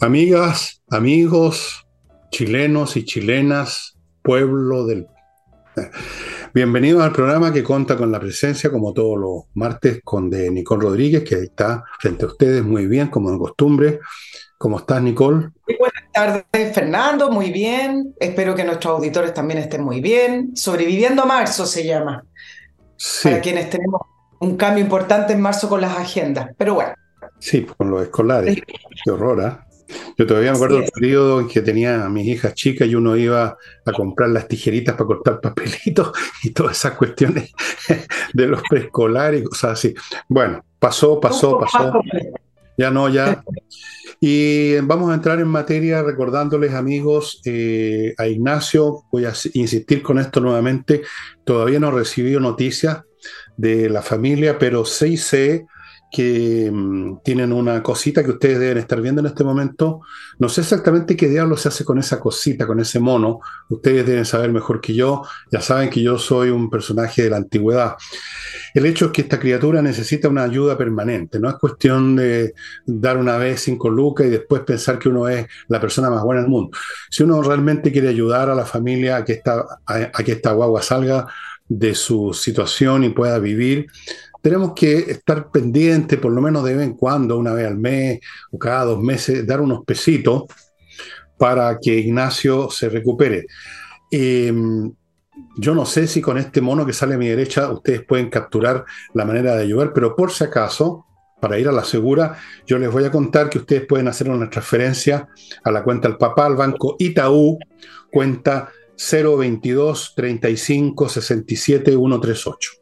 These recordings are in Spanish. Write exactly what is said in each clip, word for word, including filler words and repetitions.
Amigas, amigos, chilenos y chilenas, pueblo del... Bienvenidos al programa que cuenta con la presencia, como todos los martes, con de Nicole Rodríguez, que está frente a ustedes muy bien, como de costumbre. ¿Cómo estás, Nicole? Muy buenas tardes, Fernando, muy bien. Espero que nuestros auditores también estén muy bien. Sobreviviendo a marzo se llama, para Sí, quienes tenemos un cambio importante en marzo con las agendas. Pero bueno, sí, con los escolares. Qué horror, ¿ah? Yo todavía me acuerdo así del es. periodo en que tenía a mis hijas chicas y uno iba a comprar las tijeritas para cortar papelitos y todas esas cuestiones de los preescolares y cosas así. Bueno, pasó, Un pasó, poco más pasó. complejo. Ya no, ya. Y vamos a entrar en materia recordándoles, amigos, eh, a Ignacio. Voy a s- insistir con esto nuevamente. Todavía no he recibido noticias de la familia, pero sí sé que mm, tienen una cosita que ustedes deben estar viendo en este momento. No sé exactamente qué diablo se hace con esa cosita, con ese mono. Ustedes deben saber mejor que yo. Ya saben que yo soy un personaje de la antigüedad. El hecho es que esta criatura necesita una ayuda permanente. No es cuestión de dar una vez cinco lucas y después pensar que uno es la persona más buena del mundo. Si uno realmente quiere ayudar a la familia a que esta, a, a que esta guagua salga de su situación y pueda vivir, tenemos que estar pendientes, por lo menos de vez en cuando, una vez al mes o cada dos meses, dar unos pesitos para que Ignacio se recupere. Eh, yo no sé si con este mono que sale a mi derecha ustedes pueden capturar la manera de ayudar, pero por si acaso, para ir a la segura, yo les voy a contar que ustedes pueden hacer una transferencia a la cuenta del papá, al banco Itaú, cuenta cero veintidós treinta y cinco sesenta y siete ciento treinta y ocho.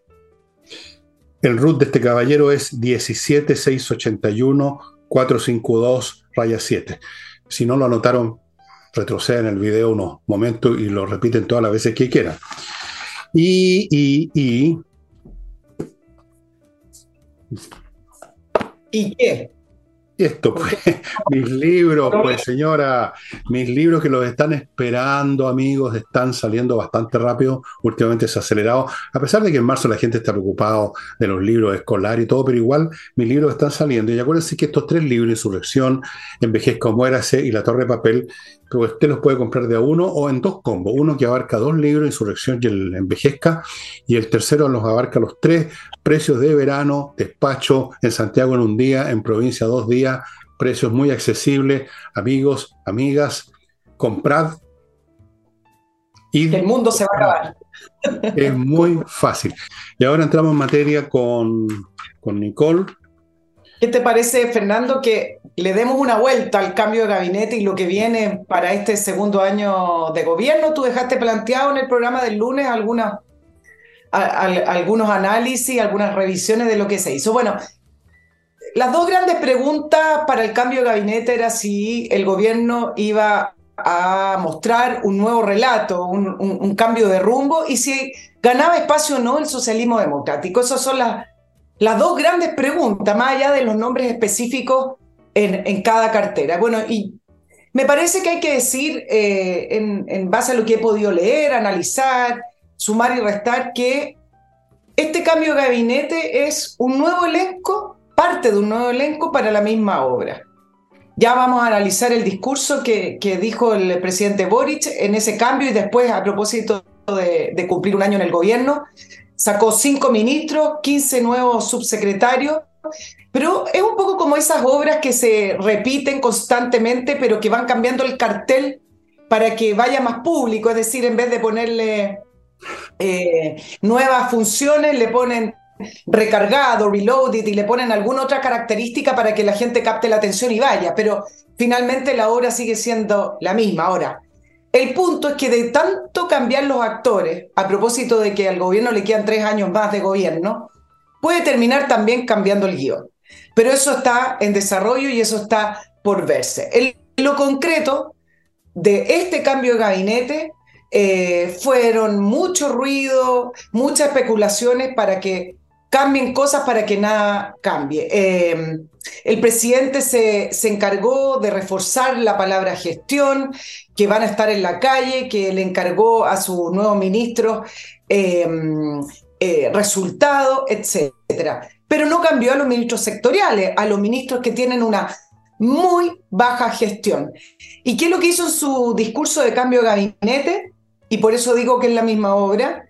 El R U T de este caballero es diecisiete seiscientos ochenta y uno cuatrocientos cincuenta y dos raya siete. Si no lo anotaron, retroceden el video unos momentos y lo repiten todas las veces que quieran. Y, y, y ¿Y qué? esto, ¿Con pues, qué? mis libros, pues, señora, mis libros que los están esperando, amigos, están saliendo bastante rápido. Últimamente se ha acelerado, a pesar de que en marzo la gente está preocupado de los libros escolares y todo, pero igual mis libros están saliendo. Y acuérdense que estos tres libros, Insurrección, Envejezca o Muérase y La Torre de Papel, pues usted los puede comprar de a uno o en dos combos. Uno que abarca dos libros, Insurrección y el Envejezca, y el tercero los abarca los tres. Precios de verano, despacho en Santiago en un día, en provincia dos días, precios muy accesibles. Amigos, amigas, comprad, Que id el mundo y se va a comprad. acabar. Es muy fácil. Y ahora entramos en materia con, con Nicole. ¿Qué te parece, Fernando, que le demos una vuelta al cambio de gabinete y lo que viene para este segundo año de gobierno? Tú dejaste planteado en el programa del lunes algunas, a- a- algunos análisis, algunas revisiones de lo que se hizo. Bueno, las dos grandes preguntas para el cambio de gabinete era si el gobierno iba a mostrar un nuevo relato, un, un- un cambio de rumbo y si ganaba espacio o no el socialismo democrático. Esas son las, las dos grandes preguntas, más allá de los nombres específicos en, en cada cartera. Bueno, y me parece que hay que decir, eh, en, en base a lo que he podido leer, analizar, sumar y restar, que este cambio de gabinete es un nuevo elenco, parte de un nuevo elenco para la misma obra. Ya vamos a analizar el discurso que, que dijo el presidente Boric en ese cambio y después, a propósito de, de cumplir un año en el gobierno, sacó cinco ministros, quince nuevos subsecretarios, pero es un poco como esas obras que se repiten constantemente, pero que van cambiando el cartel para que vaya más público, es decir, en vez de ponerle eh, nuevas funciones, le ponen recargado, reloaded y le ponen alguna otra característica para que la gente capte la atención y vaya, pero finalmente la obra sigue siendo la misma. Ahora, el punto es que de tanto cambiar los actores, a propósito de que al gobierno le quedan tres años más de gobierno, puede terminar también cambiando el guión. Pero eso está en desarrollo y eso está por verse. En lo concreto, de este cambio de gabinete eh, fueron mucho ruido, muchas especulaciones para que cambien cosas para que nada cambie. Eh, el presidente se, se encargó de reforzar la palabra gestión, que van a estar en la calle, que le encargó a sus nuevos ministros eh, eh, resultados, etcétera. Pero no cambió a los ministros sectoriales, a los ministros que tienen una muy baja gestión. ¿Y qué es lo que hizo en su discurso de cambio de gabinete? Y por eso digo que es la misma obra.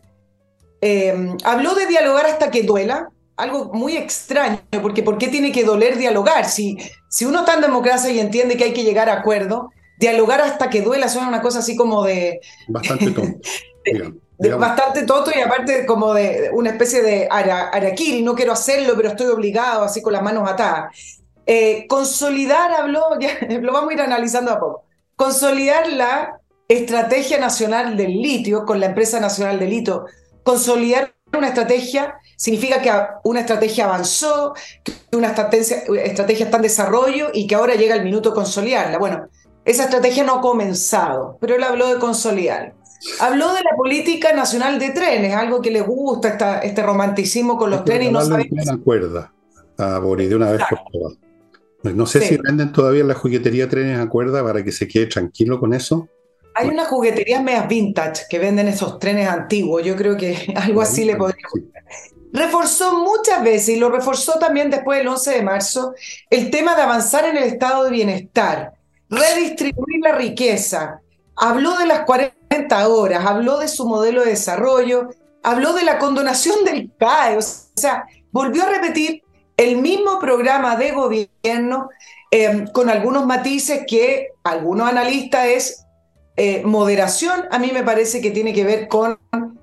Eh, habló de dialogar hasta que duela, algo muy extraño, porque ¿por qué tiene que doler dialogar? Si, si uno está en democracia y entiende que hay que llegar a acuerdos, dialogar hasta que duela suena una cosa así como de... Bastante tonto. de, de bastante tonto y aparte como de una especie de ara, araquiri, no quiero hacerlo, pero estoy obligado, así con las manos atadas. Eh, consolidar, habló, ya, lo vamos a ir analizando a poco, consolidar la Estrategia Nacional del Litio con la Empresa Nacional de Litio. Consolidar una estrategia significa que una estrategia avanzó, que una estrategia, estrategia está en desarrollo y que ahora llega el minuto de consolidarla. Bueno, esa estrategia no ha comenzado, pero él habló de consolidar. Habló de la política nacional de trenes, algo que le gusta, esta, este romanticismo con los trenes. Y no sabe una cuerda a Boris de una vez por todas. No sé sí. si venden todavía en la juguetería trenes a cuerda para que se quede tranquilo con eso. Hay bueno. unas jugueterías medias vintage que venden esos trenes antiguos. Yo creo que algo así le podría gustar. Sí. Reforzó muchas veces, y lo reforzó también después del once de marzo, el tema de avanzar en el estado de bienestar, redistribuir la riqueza. Habló de las cuarenta horas, habló de su modelo de desarrollo, habló de la condonación del C A E. O sea, volvió a repetir el mismo programa de gobierno eh, con algunos matices que algunos analistas es eh, moderación. A mí me parece que tiene que ver con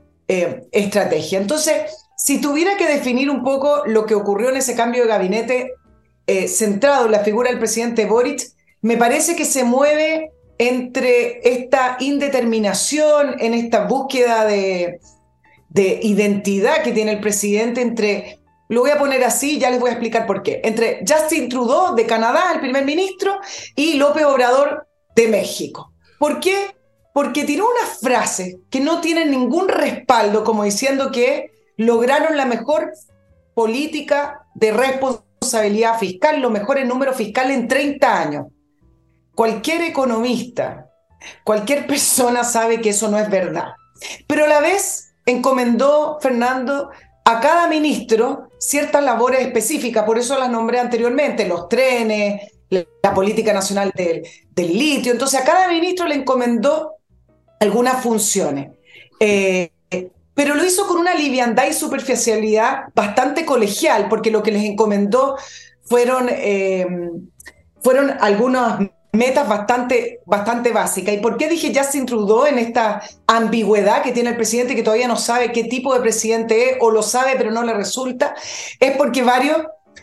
eh, estrategia. Entonces, si tuviera que definir un poco lo que ocurrió en ese cambio de gabinete eh, centrado en la figura del presidente Boric, me parece que se mueve entre esta indeterminación, en esta búsqueda de, de identidad que tiene el presidente entre... Lo voy a poner así, ya les voy a explicar por qué. Entre Justin Trudeau de Canadá, el primer ministro, y López Obrador de México. ¿Por qué? Porque tiró unas frases que no tienen ningún respaldo, como diciendo que lograron la mejor política de responsabilidad fiscal, los mejores números fiscales en treinta años. Cualquier economista, cualquier persona sabe que eso no es verdad. Pero a la vez encomendó, Fernando, a cada ministro ciertas labores específicas, por eso las nombré anteriormente, los trenes, la política nacional del, del litio. Entonces a cada ministro le encomendó algunas funciones. Eh, pero lo hizo con una liviandad y superficialidad bastante colegial, porque lo que les encomendó fueron, eh, fueron algunas metas bastante, bastante básicas. ¿Y por qué dije Justin Trudeau en esta ambigüedad que tiene el presidente, que todavía no sabe qué tipo de presidente es, o lo sabe pero no le resulta? Es porque varios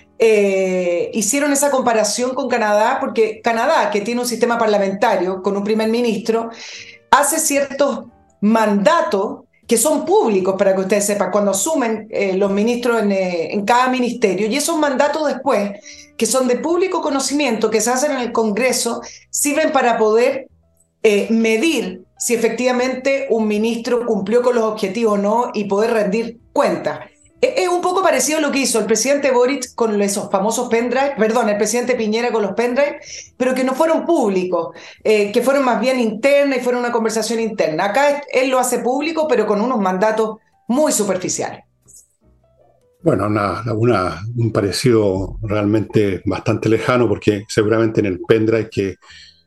eh, hicieron esa comparación con Canadá, porque Canadá, que tiene un sistema parlamentario con un primer ministro, hace ciertos mandatos que son públicos, para que ustedes sepan, cuando asumen eh, los ministros en, eh, en cada ministerio, y esos mandatos después, que son de público conocimiento, que se hacen en el Congreso, sirven para poder eh, medir si efectivamente un ministro cumplió con los objetivos o no y poder rendir cuentas. Es un poco parecido a lo que hizo el presidente Boric con esos famosos pendrive, perdón, el presidente Piñera con los pendrive, pero que no fueron públicos, eh, que fueron más bien internas y fueron una conversación interna. Acá él lo hace público, pero con unos mandatos muy superficiales. Bueno, una, una, un parecido realmente bastante lejano, porque seguramente en el pendrive que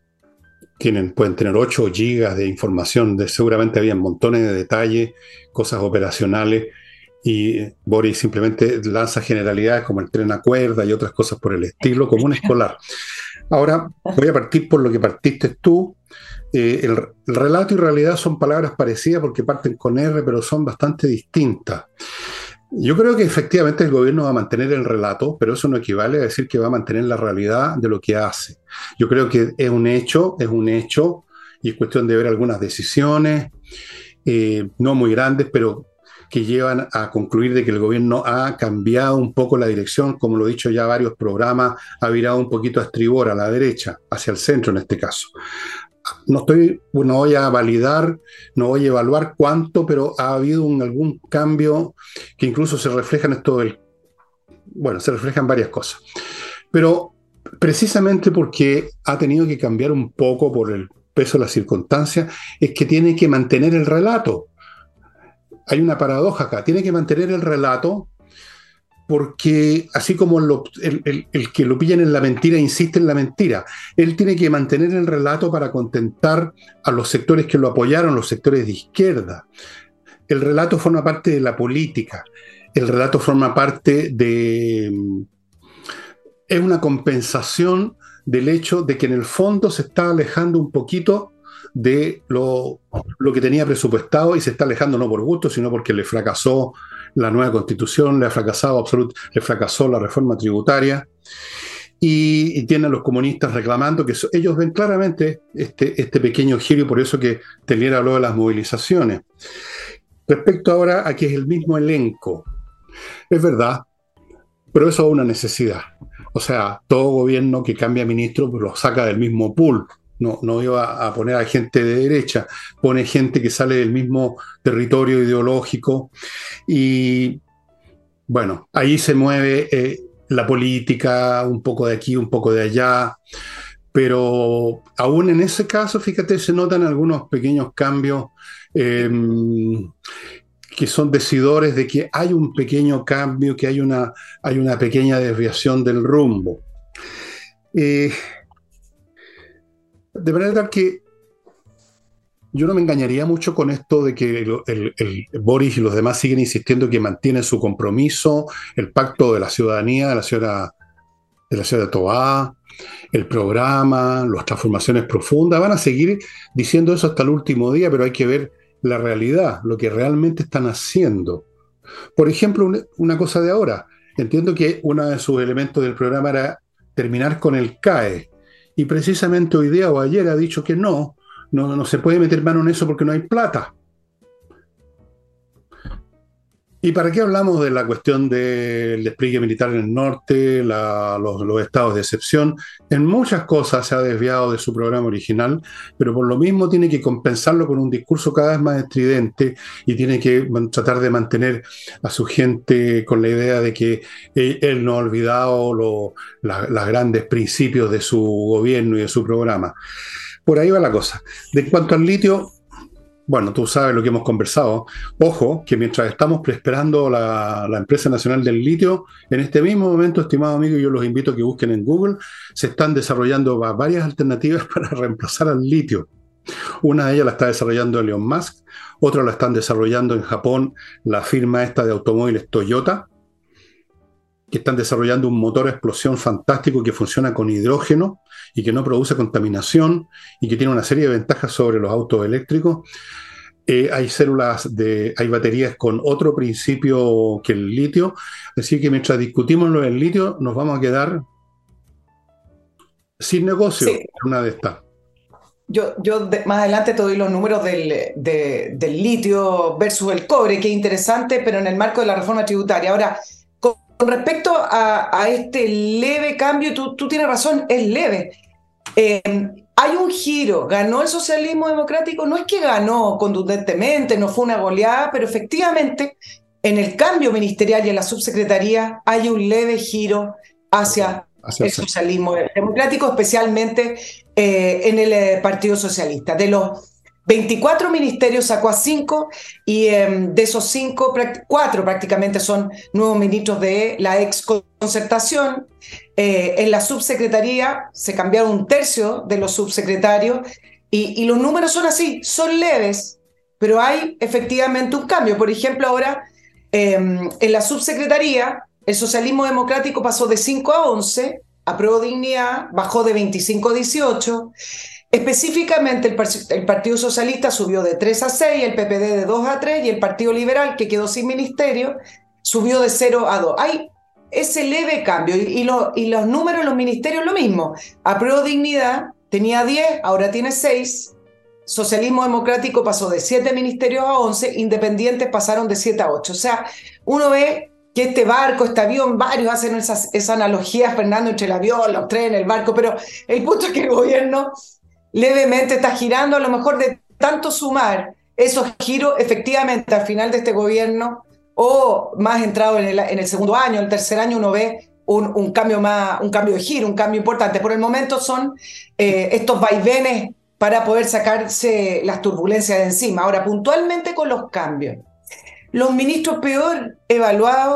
tienen, pueden tener ocho gigas de información, de, seguramente había montones de detalles, cosas operacionales, y Boris simplemente lanza generalidades como el tren a cuerda y otras cosas por el estilo, como un escolar. Ahora voy a partir por lo que partiste tú. Eh, el, el relato y realidad son palabras parecidas porque parten con R, pero son bastante distintas. Yo creo que efectivamente el gobierno va a mantener el relato, pero eso no equivale a decir que va a mantener la realidad de lo que hace. Yo creo que es un hecho, es un hecho, y es cuestión de ver algunas decisiones, eh, no muy grandes, pero que llevan a concluir de que el gobierno ha cambiado un poco la dirección, como lo he dicho ya varios programas, ha virado un poquito a estribor, a la derecha, hacia el centro en este caso. No estoy, no voy a validar, no voy a evaluar cuánto, pero ha habido un, algún cambio que incluso se refleja en esto del, bueno, se reflejan varias cosas. Pero precisamente porque ha tenido que cambiar un poco por el peso de las circunstancias, es que tiene que mantener el relato. Hay una paradoja acá, tiene que mantener el relato, porque así como lo, el, el, el que lo pillan en la mentira insiste en la mentira, él tiene que mantener el relato para contentar a los sectores que lo apoyaron, los sectores de izquierda. El relato forma parte de la política, el relato forma parte de... es una compensación del hecho de que en el fondo se está alejando un poquito de lo, lo que tenía presupuestado, y se está alejando no por gusto, sino porque le fracasó la nueva constitución, le ha fracasado absolut, le fracasó la reforma tributaria, y, y tienen a los comunistas reclamando que so, ellos ven claramente este, este pequeño giro, y por eso que Telier habló de las movilizaciones. Respecto ahora a que es el mismo elenco, es verdad, pero eso es una necesidad. O sea, todo gobierno que cambia ministro pues lo saca del mismo pool. No, no iba a poner a gente de derecha, pone gente que sale del mismo territorio ideológico. Y bueno, ahí se mueve eh, la política, un poco de aquí, un poco de allá. Pero aún en ese caso, fíjate, se notan algunos pequeños cambios eh, que son decidores de que hay un pequeño cambio, que hay una, hay una pequeña desviación del rumbo. Eh, de manera tal que yo no me engañaría mucho con esto de que el, el, el Boris y los demás siguen insistiendo que mantienen su compromiso, el pacto de la ciudadanía de la señora, de la señora Tobá, el programa, las transformaciones profundas. Van a seguir diciendo eso hasta el último día, pero hay que ver la realidad, lo que realmente están haciendo. Por ejemplo, una, una cosa de ahora. Entiendo que uno de sus elementos del programa era terminar con el C A E. Y precisamente hoy día o ayer ha dicho que no, no, no se puede meter mano en eso porque no hay plata. ¿Y para qué hablamos de la cuestión del despliegue militar en el norte, la, los, los estados de excepción? En muchas cosas se ha desviado de su programa original, pero por lo mismo tiene que compensarlo con un discurso cada vez más estridente, y tiene que tratar de mantener a su gente con la idea de que él, él no ha olvidado los grandes principios de su gobierno y de su programa. Por ahí va la cosa. De cuanto al litio, bueno, tú sabes lo que hemos conversado. Ojo, que mientras estamos esperando la, la empresa nacional del litio, en este mismo momento, estimado amigo, yo los invito a que busquen en Google, se están desarrollando varias alternativas para reemplazar al litio. Una de ellas la está desarrollando Elon Musk, otra la están desarrollando en Japón la firma esta de automóviles Toyota, que están desarrollando un motor a explosión fantástico que funciona con hidrógeno y que no produce contaminación y que tiene una serie de ventajas sobre los autos eléctricos. Eh, hay células, de, hay baterías con otro principio que el litio, así que mientras discutimos lo del litio nos vamos a quedar sin negocio, Sí. una de estas. Yo, yo de, más adelante te doy los números del, de, del litio versus el cobre, que es interesante, pero en el marco de la reforma tributaria. Ahora, con, con respecto a, a este leve cambio, tú, tú tienes razón, es leve. Eh, hay un giro, ganó el socialismo democrático, no es que ganó contundentemente, no fue una goleada, pero efectivamente en el cambio ministerial y en la subsecretaría hay un leve giro hacia, hacia el socialismo democrático, especialmente eh, en el eh, Partido Socialista. De los veinticuatro ministerios sacó a cinco, y eh, de esos cinco, cuatro prácticamente son nuevos ministros de la ex concertación. Eh, en la subsecretaría se cambiaron un tercio de los subsecretarios, y, y los números son así, son leves, pero hay efectivamente un cambio. Por ejemplo, ahora eh, en la subsecretaría el socialismo democrático pasó de cinco a once, Apruebo Dignidad bajó de veinticinco a dieciocho, específicamente el, el Partido Socialista subió de tres a seis, el P P D de dos a tres, y el Partido Liberal, que quedó sin ministerio, subió de cero a dos. Hay ese leve cambio, y, y, lo, y los números en los ministerios lo mismo. Apruebo Dignidad tenía diez, ahora tiene seis. Socialismo Democrático pasó de siete ministerios a once, independientes pasaron de siete a ocho. O sea, uno ve que este barco, este avión, varios hacen esas, esa analogía, Fernando, entre el avión, los trenes, el barco, pero el punto es que el gobierno levemente está girando, a lo mejor de tanto sumar esos giros, efectivamente al final de este gobierno, o más entrado en el, en el segundo año, el tercer año, uno ve un, un, cambio más, un cambio de giro, un cambio importante. Por el momento son eh, estos vaivenes para poder sacarse las turbulencias de encima. Ahora, puntualmente con los cambios, los ministros peor evaluados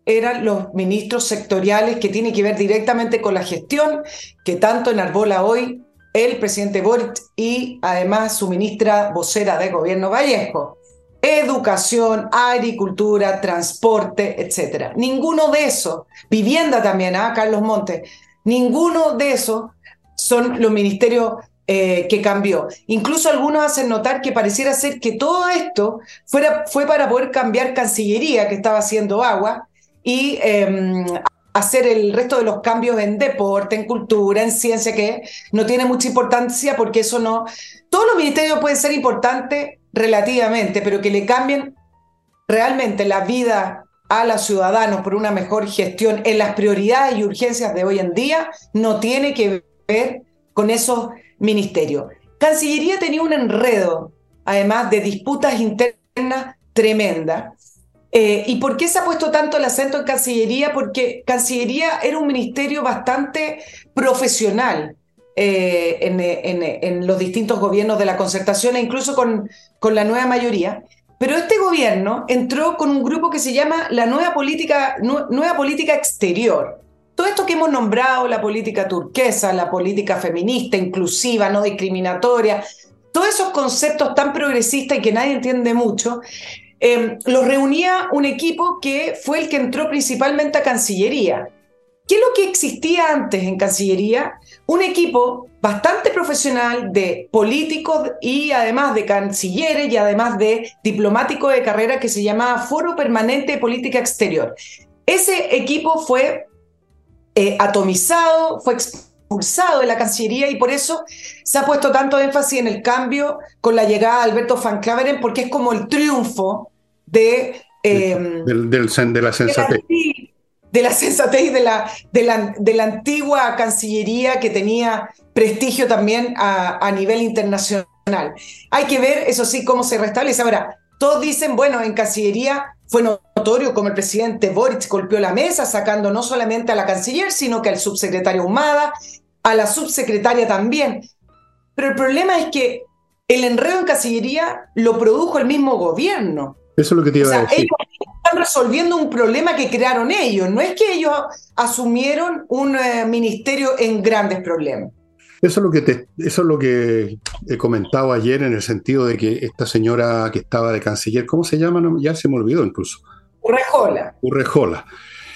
eran los ministros sectoriales que tienen que ver directamente con la gestión que tanto enarbola hoy el presidente Boric y además su ministra vocera de gobierno Vallejo. Educación, agricultura, transporte, etcétera. Ninguno de esos, vivienda también, ¿ah? Carlos Montes, ninguno de esos son los ministerios eh, que cambió. Incluso algunos hacen notar que pareciera ser que todo esto fuera, fue para poder cambiar Cancillería, que estaba haciendo agua, y eh, hacer el resto de los cambios en deporte, en cultura, en ciencia, que no tiene mucha importancia porque eso no... Todos los ministerios pueden ser importantes relativamente, pero que le cambien realmente la vida a los ciudadanos por una mejor gestión en las prioridades y urgencias de hoy en día, no tiene que ver con esos ministerios. Cancillería tenía un enredo, además de disputas internas tremendas. Eh, ¿Y por qué se ha puesto tanto el acento en Cancillería? Porque Cancillería era un ministerio bastante profesional eh, en, en, en los distintos gobiernos de la concertación e incluso con, con la nueva mayoría. Pero este gobierno entró con un grupo que se llama la Nueva Política, Nueva Política Exterior. Todo esto que hemos nombrado, la política turquesa, la política feminista, inclusiva, no discriminatoria, todos esos conceptos tan progresistas y que nadie entiende mucho, Eh, los reunía un equipo que fue el que entró principalmente a Cancillería. ¿Qué es lo que existía antes en Cancillería? Un equipo bastante profesional de políticos y además de cancilleres y además de diplomáticos de carrera que se llamaba Foro Permanente de Política Exterior. Ese equipo fue eh, atomizado, fue expulsado de la Cancillería y por eso se ha puesto tanto énfasis en el cambio con la llegada de Alberto Van Klaveren, porque es como el triunfo de, eh, del, del, de la sensatez. De la, de la sensatez y de la, de, la, de la antigua Cancillería que tenía prestigio también a, a nivel internacional. Hay que ver, eso sí, cómo se restablece. Ahora, todos dicen, bueno, en Cancillería fue notorio como el presidente Boric golpeó la mesa, sacando no solamente a la canciller, sino que al subsecretario Ahumada, a la subsecretaria también. Pero el problema es que el enredo en Cancillería lo produjo el mismo gobierno. Eso es lo que te iba o sea, a decir. Ellos están resolviendo un problema que crearon ellos. No es que ellos asumieron un eh, ministerio en grandes problemas. Eso es, lo que te, eso es lo que he comentado ayer en el sentido de que esta señora que estaba de canciller, ¿cómo se llama? No, ya se me olvidó incluso. Urrejola. Urrejola.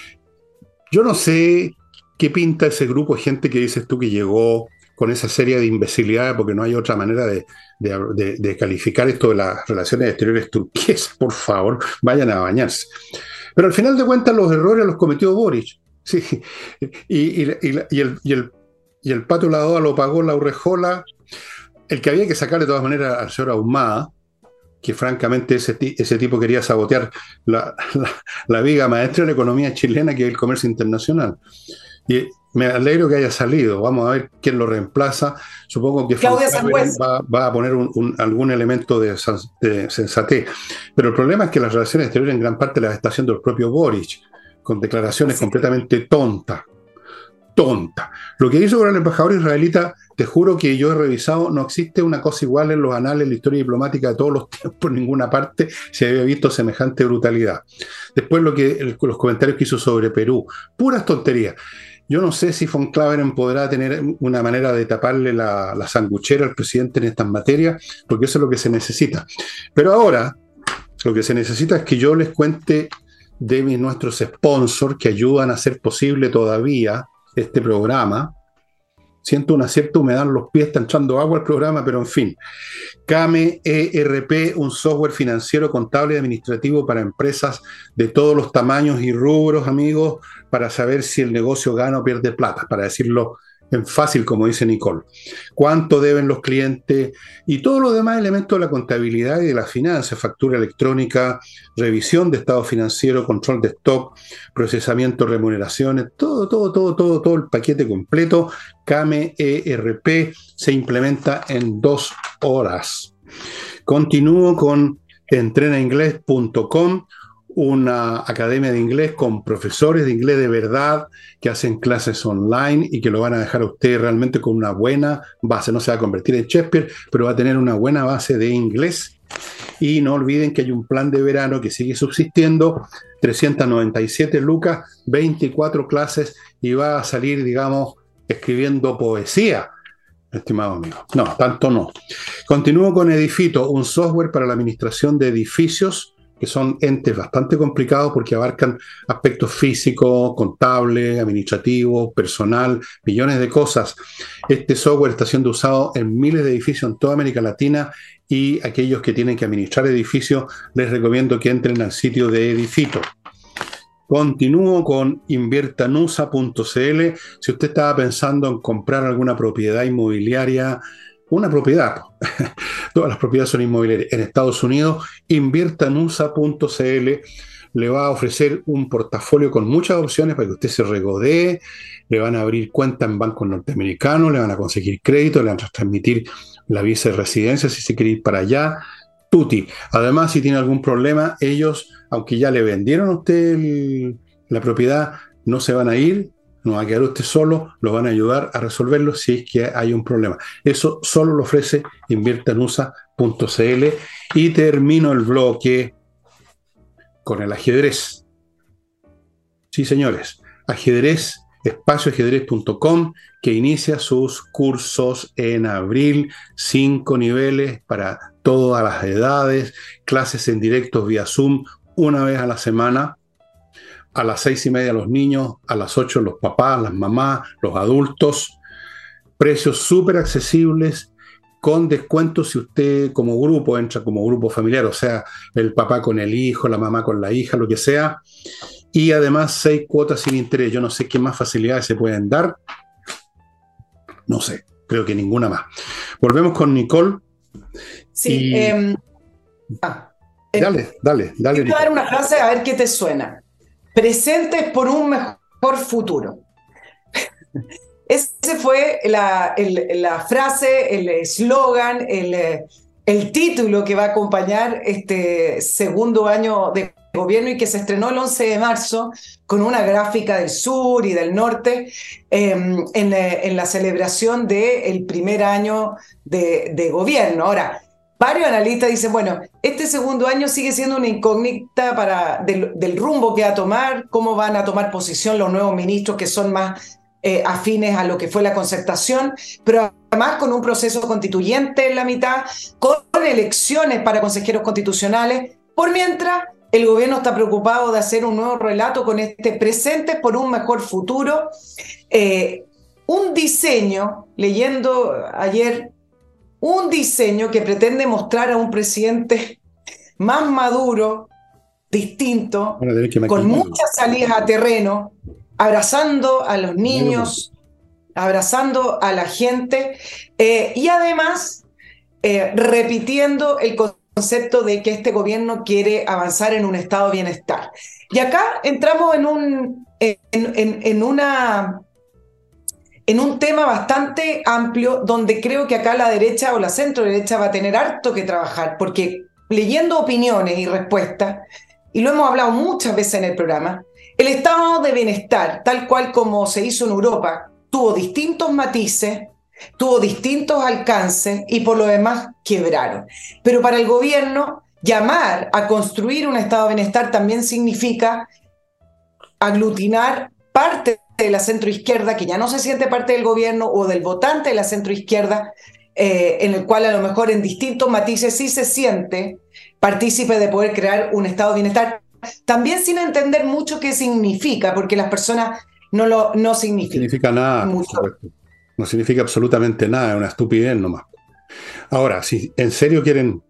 Yo no sé qué pinta ese grupo de gente que dices tú que llegó con esa serie de imbecilidades, porque no hay otra manera de, de, de, de calificar esto de las relaciones exteriores turquesas. Por favor, vayan a bañarse. Pero al final de cuentas los errores los cometió Boric. Sí. Y, y, y, y, el, y, el, y el pato Ladoa lo pagó la Urrejola. El que había que sacar de todas maneras al señor Ahumada, que francamente ese, ese tipo quería sabotear la, la, la viga maestra de la economía chilena, que es el comercio internacional. Y me alegro que haya salido. Vamos a ver quién lo reemplaza. Supongo que Claudia va, va a poner un, un, algún elemento de, de sensatez. Pero el problema es que las relaciones exteriores en gran parte las está haciendo el propio Boric, con declaraciones sí. completamente tontas. Tonta. Lo que hizo con el embajador israelita, te juro que yo he revisado, no existe una cosa igual en los anales de la historia diplomática de todos los tiempos, en ninguna parte se había visto semejante brutalidad. Después lo que el, los comentarios que hizo sobre Perú, puras tonterías. Yo no sé si Von Klaveren podrá tener una manera de taparle la, la sanguchera al presidente en estas materias, porque eso es lo que se necesita. Pero ahora, lo que se necesita es que yo les cuente de mis, nuestros sponsors que ayudan a hacer posible todavía este programa. Siento una cierta humedad en los pies, está entrando agua al programa, pero en fin. Kame E R P, un software financiero, contable y administrativo para empresas de todos los tamaños y rubros, amigos, para saber si el negocio gana o pierde plata, para decirlo en fácil, como dice Nicole. Cuánto deben los clientes y todos los demás elementos de la contabilidad y de las finanzas, factura electrónica, revisión de estado financiero, control de stock, procesamiento de remuneraciones, todo, todo, todo, todo, todo el paquete completo. Kame E R P se implementa en dos horas. Continúo con entrena inglés punto com, una academia de inglés con profesores de inglés de verdad que hacen clases online y que lo van a dejar a usted realmente con una buena base. No se va a convertir en Shakespeare, pero va a tener una buena base de inglés. Y no olviden que hay un plan de verano que sigue subsistiendo trescientas noventa y siete lucas, veinticuatro clases y va a salir, digamos, escribiendo poesía, estimado amigo. No, tanto no. Continúo con Edifito, un software para la administración de edificios, que son entes bastante complicados porque abarcan aspectos físicos, contables, administrativos, personal, millones de cosas. Este software está siendo usado en miles de edificios en toda América Latina y aquellos que tienen que administrar edificios, les recomiendo que entren al sitio de Edifito. Continúo con inviertanusa punto c l. Si usted estaba pensando en comprar alguna propiedad inmobiliaria, una propiedad, todas las propiedades son inmobiliarias en Estados Unidos, inviertanusa punto c l le va a ofrecer un portafolio con muchas opciones para que usted se regodee, le van a abrir cuenta en bancos norteamericanos, le van a conseguir crédito, le van a transmitir la visa de residencia si se quiere ir para allá, tutti. Además, si tiene algún problema, ellos, aunque ya le vendieron a usted el, la propiedad, no se van a ir, no va a quedar usted solo, lo van a ayudar a resolverlo si es que hay un problema. Eso solo lo ofrece inviertanusa punto c l. Y termino el bloque con el ajedrez. Sí, señores, ajedrez, espacio ajedrez punto com, que inicia sus cursos en abril, cinco niveles para todas las edades, clases en directo vía Zoom, una vez a la semana, a las seis y media los niños, a las ocho los papás, las mamás, los adultos, precios súper accesibles, con descuentos si usted como grupo entra como grupo familiar, o sea, el papá con el hijo, la mamá con la hija, lo que sea, y además seis cuotas sin interés. Yo no sé qué más facilidades se pueden dar, no sé, creo que ninguna más. Volvemos con Nicole. Sí, y... eh, ah, eh, dale, dale, dale. Quiero dar una frase a ver qué te suena. Presentes por un mejor futuro. Ese fue la, el, la frase, el eslogan, el, el título que va a acompañar este segundo año de gobierno y que se estrenó el once de marzo con una gráfica del sur y del norte eh, en, en la celebración del primer año de, de gobierno. Ahora, varios analistas dicen, bueno, este segundo año sigue siendo una incógnita para, del, del rumbo que va a tomar, cómo van a tomar posición los nuevos ministros que son más eh, afines a lo que fue la concertación, pero además con un proceso constituyente en la mitad, con elecciones para consejeros constitucionales. Por mientras, el gobierno está preocupado de hacer un nuevo relato con este presente por un mejor futuro. Eh, un diseño, leyendo ayer, un diseño que pretende mostrar a un presidente más maduro, distinto, con muchas salidas a terreno, abrazando a los niños, abrazando a la gente eh, y además eh, repitiendo el concepto de que este gobierno quiere avanzar en un estado de bienestar. Y acá entramos en un, en, en, en una... en un tema bastante amplio donde creo que acá la derecha o la centro derecha va a tener harto que trabajar, porque leyendo opiniones y respuestas, y lo hemos hablado muchas veces en el programa, el estado de bienestar, tal cual como se hizo en Europa, tuvo distintos matices, tuvo distintos alcances y por lo demás quebraron. Pero para el gobierno, llamar a construir un estado de bienestar también significa aglutinar parte de la centroizquierda que ya no se siente parte del gobierno o del votante de la centroizquierda, eh, en el cual a lo mejor en distintos matices sí se siente partícipe de poder crear un estado de bienestar, también sin entender mucho qué significa, porque las personas no lo no significa. No significa nada, mucho. Por supuesto. No significa absolutamente nada, es una estupidez nomás. Ahora, si en serio quieren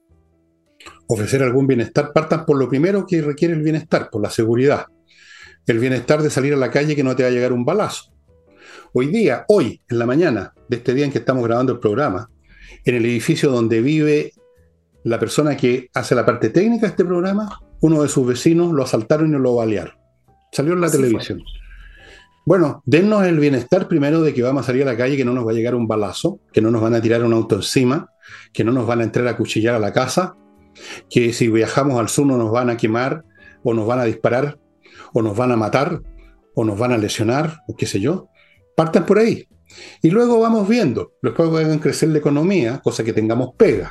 ofrecer algún bienestar, partan por lo primero que requiere el bienestar, por la seguridad. El bienestar de salir a la calle, que no te va a llegar un balazo. Hoy día, hoy, en la mañana de este día en que estamos grabando el programa, en el edificio donde vive la persona que hace la parte técnica de este programa, uno de sus vecinos lo asaltaron y lo balearon. Salió en la Así televisión. fue. Bueno, dennos el bienestar primero de que vamos a salir a la calle, que no nos va a llegar un balazo, que no nos van a tirar un auto encima, que no nos van a entrar a cuchillar a la casa, que si viajamos al sur no nos van a quemar o nos van a disparar, o nos van a matar, o nos van a lesionar, o qué sé yo. Partan por ahí. Y luego vamos viendo. Después pueden crecer la economía, cosa que tengamos pega.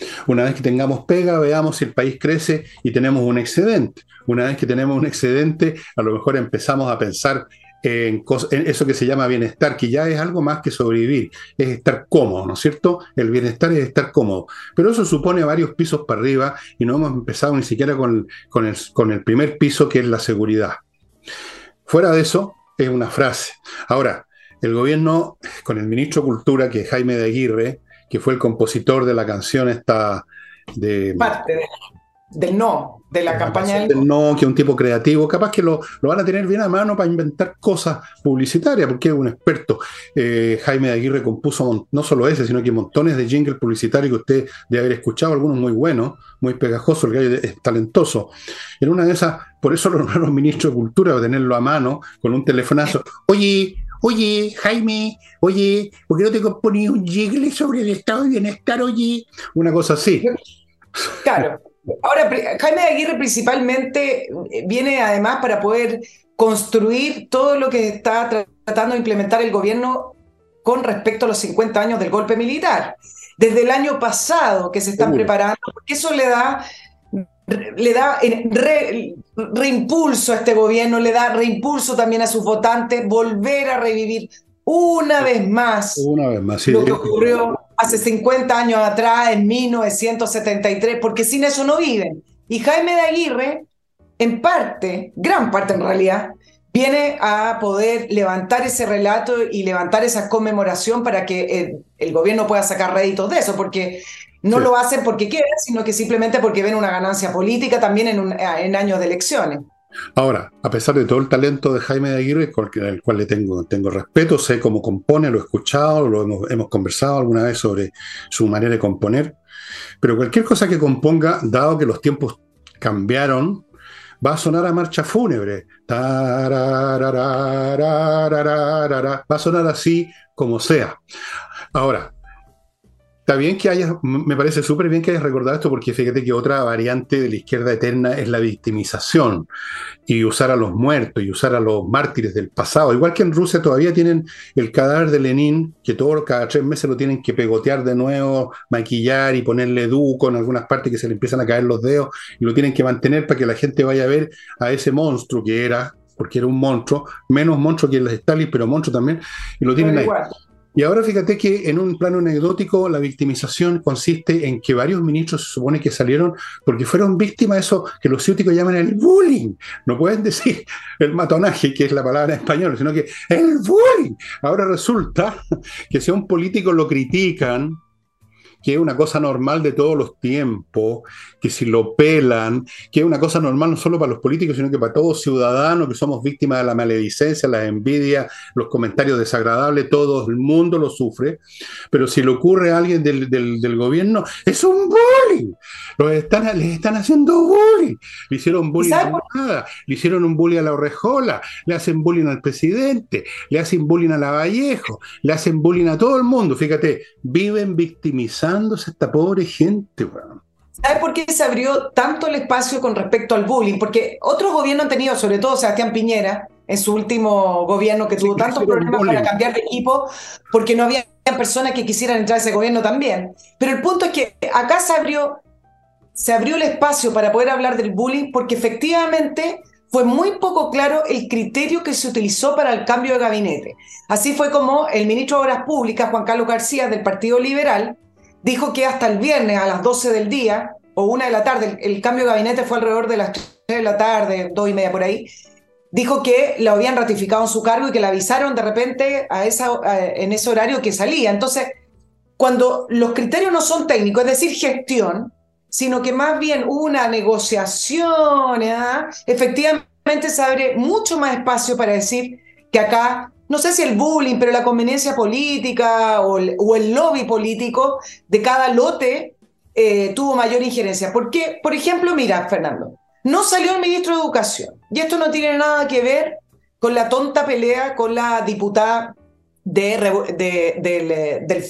Una vez que tengamos pega, veamos si el país crece y tenemos un excedente. Una vez que tenemos un excedente, a lo mejor empezamos a pensar en, cos- en eso que se llama bienestar, que ya es algo más que sobrevivir, es estar cómodo, ¿no es cierto? El bienestar es estar cómodo. Pero eso supone varios pisos para arriba y no hemos empezado ni siquiera con, con el, con el primer piso, que es la seguridad. Fuera de eso, es una frase. Ahora, el gobierno, con el ministro de Cultura, que es Jaime de Aguirre, que fue el compositor de la canción esta de Parte de- del no, de la la campaña canción del del no. no, que es un tipo creativo, capaz que lo, lo van a tener bien a mano para inventar cosas publicitarias, porque es un experto. Eh, Jaime de Aguirre compuso mon- no solo ese, sino que montones de jingles publicitarios que usted debe haber escuchado, algunos muy buenos, muy pegajosos, el gallo es talentoso. En una de esas, por eso lo nombraron ministro de Cultura, para tenerlo a mano, con un telefonazo. Oye, oye, Jaime, oye, ¿por qué no te componías un jingle sobre el estado de bienestar, oye? Una cosa así. Claro. Ahora, pri- Jaime de Aguirre principalmente eh, viene además para poder construir todo lo que está tra- tratando de implementar el gobierno con respecto a los cincuenta años del golpe militar. Desde el año pasado que se están Seguro. preparando, porque eso le da, le da eh, re- reimpulso a este gobierno, le da reimpulso también a sus votantes, volver a revivir una vez más Una vez más, sí. lo que ocurrió hace cincuenta años atrás, en mil novecientos setenta y tres, porque sin eso no viven. Y Jaime de Aguirre, en parte, gran parte en realidad, viene a poder levantar ese relato y levantar esa conmemoración para que el, el gobierno pueda sacar réditos de eso, porque no Sí. lo hacen porque quieren, sino que simplemente porque ven una ganancia política también en, un, en años de elecciones. Ahora, a pesar de todo el talento de Jaime de Aguirre, con el el cual le tengo, tengo respeto, sé cómo compone, lo he escuchado, lo hemos, hemos conversado alguna vez sobre su manera de componer, pero cualquier cosa que componga, dado que los tiempos cambiaron, va a sonar a marcha fúnebre. Tarararararararara. Va a sonar así como sea. Ahora, está bien que hayas, me parece súper bien que hayas recordado esto, porque fíjate que otra variante de la izquierda eterna es la victimización y usar a los muertos y usar a los mártires del pasado. Igual que en Rusia todavía tienen el cadáver de Lenin, que todo, cada tres meses lo tienen que pegotear de nuevo, maquillar y ponerle duco en algunas partes que se le empiezan a caer los dedos, y lo tienen que mantener para que la gente vaya a ver a ese monstruo que era, porque era un monstruo, menos monstruo que el de Stalin, pero monstruo también, y lo tienen Pero ahí. igual. Y ahora fíjate que en un plano anecdótico la victimización consiste en que varios ministros se supone que salieron porque fueron víctimas de eso que los ciúticos llaman el bullying. No pueden decir el matonaje, que es la palabra en español, sino que el bullying. Ahora resulta que si a un político lo critican, que es una cosa normal de todos los tiempos, que si lo pelan, que es una cosa normal no solo para los políticos, sino que para todos ciudadanos que somos víctimas de la maledicencia, la envidia, los comentarios desagradables, todo el mundo lo sufre, pero si le ocurre a alguien del, del, del gobierno, es un bullying. Los están, les están haciendo bullying. Le hicieron bullying a nada, le hicieron un bullying a la Orrejola, le hacen bullying al presidente, le hacen bullying a la Vallejo, le hacen bullying a todo el mundo. Fíjate, viven victimizados esta pobre gente, weón. ¿Sabes por qué se abrió tanto el espacio con respecto al bullying? Porque otros gobiernos han tenido, sobre todo Sebastián Piñera, en su último gobierno que Sí, tuvo que tantos hicieron problemas bullying. para cambiar de equipo, porque no había personas que quisieran entrar a ese gobierno también. Pero el punto es que acá se abrió, se abrió el espacio para poder hablar del bullying, porque efectivamente fue muy poco claro el criterio que se utilizó para el cambio de gabinete. Así fue como el ministro de Obras Públicas, Juan Carlos García, del Partido Liberal, dijo que hasta el viernes a las doce del día o una de la tarde, el, el cambio de gabinete fue alrededor de las tres de la tarde, dos y media por ahí, dijo que lo habían ratificado en su cargo y que le avisaron de repente a esa, a, en ese horario que salía. Entonces, cuando los criterios no son técnicos, es decir, gestión, sino que más bien hubo una negociación, ¿eh? Efectivamente se abre mucho más espacio para decir que acá, no sé si el bullying, pero la conveniencia política o el, o el lobby político de cada lote eh, tuvo mayor injerencia. Porque, por ejemplo, mira, Fernando, no salió el ministro de Educación, y esto no tiene nada que ver con la tonta pelea con la diputada de, de, de, del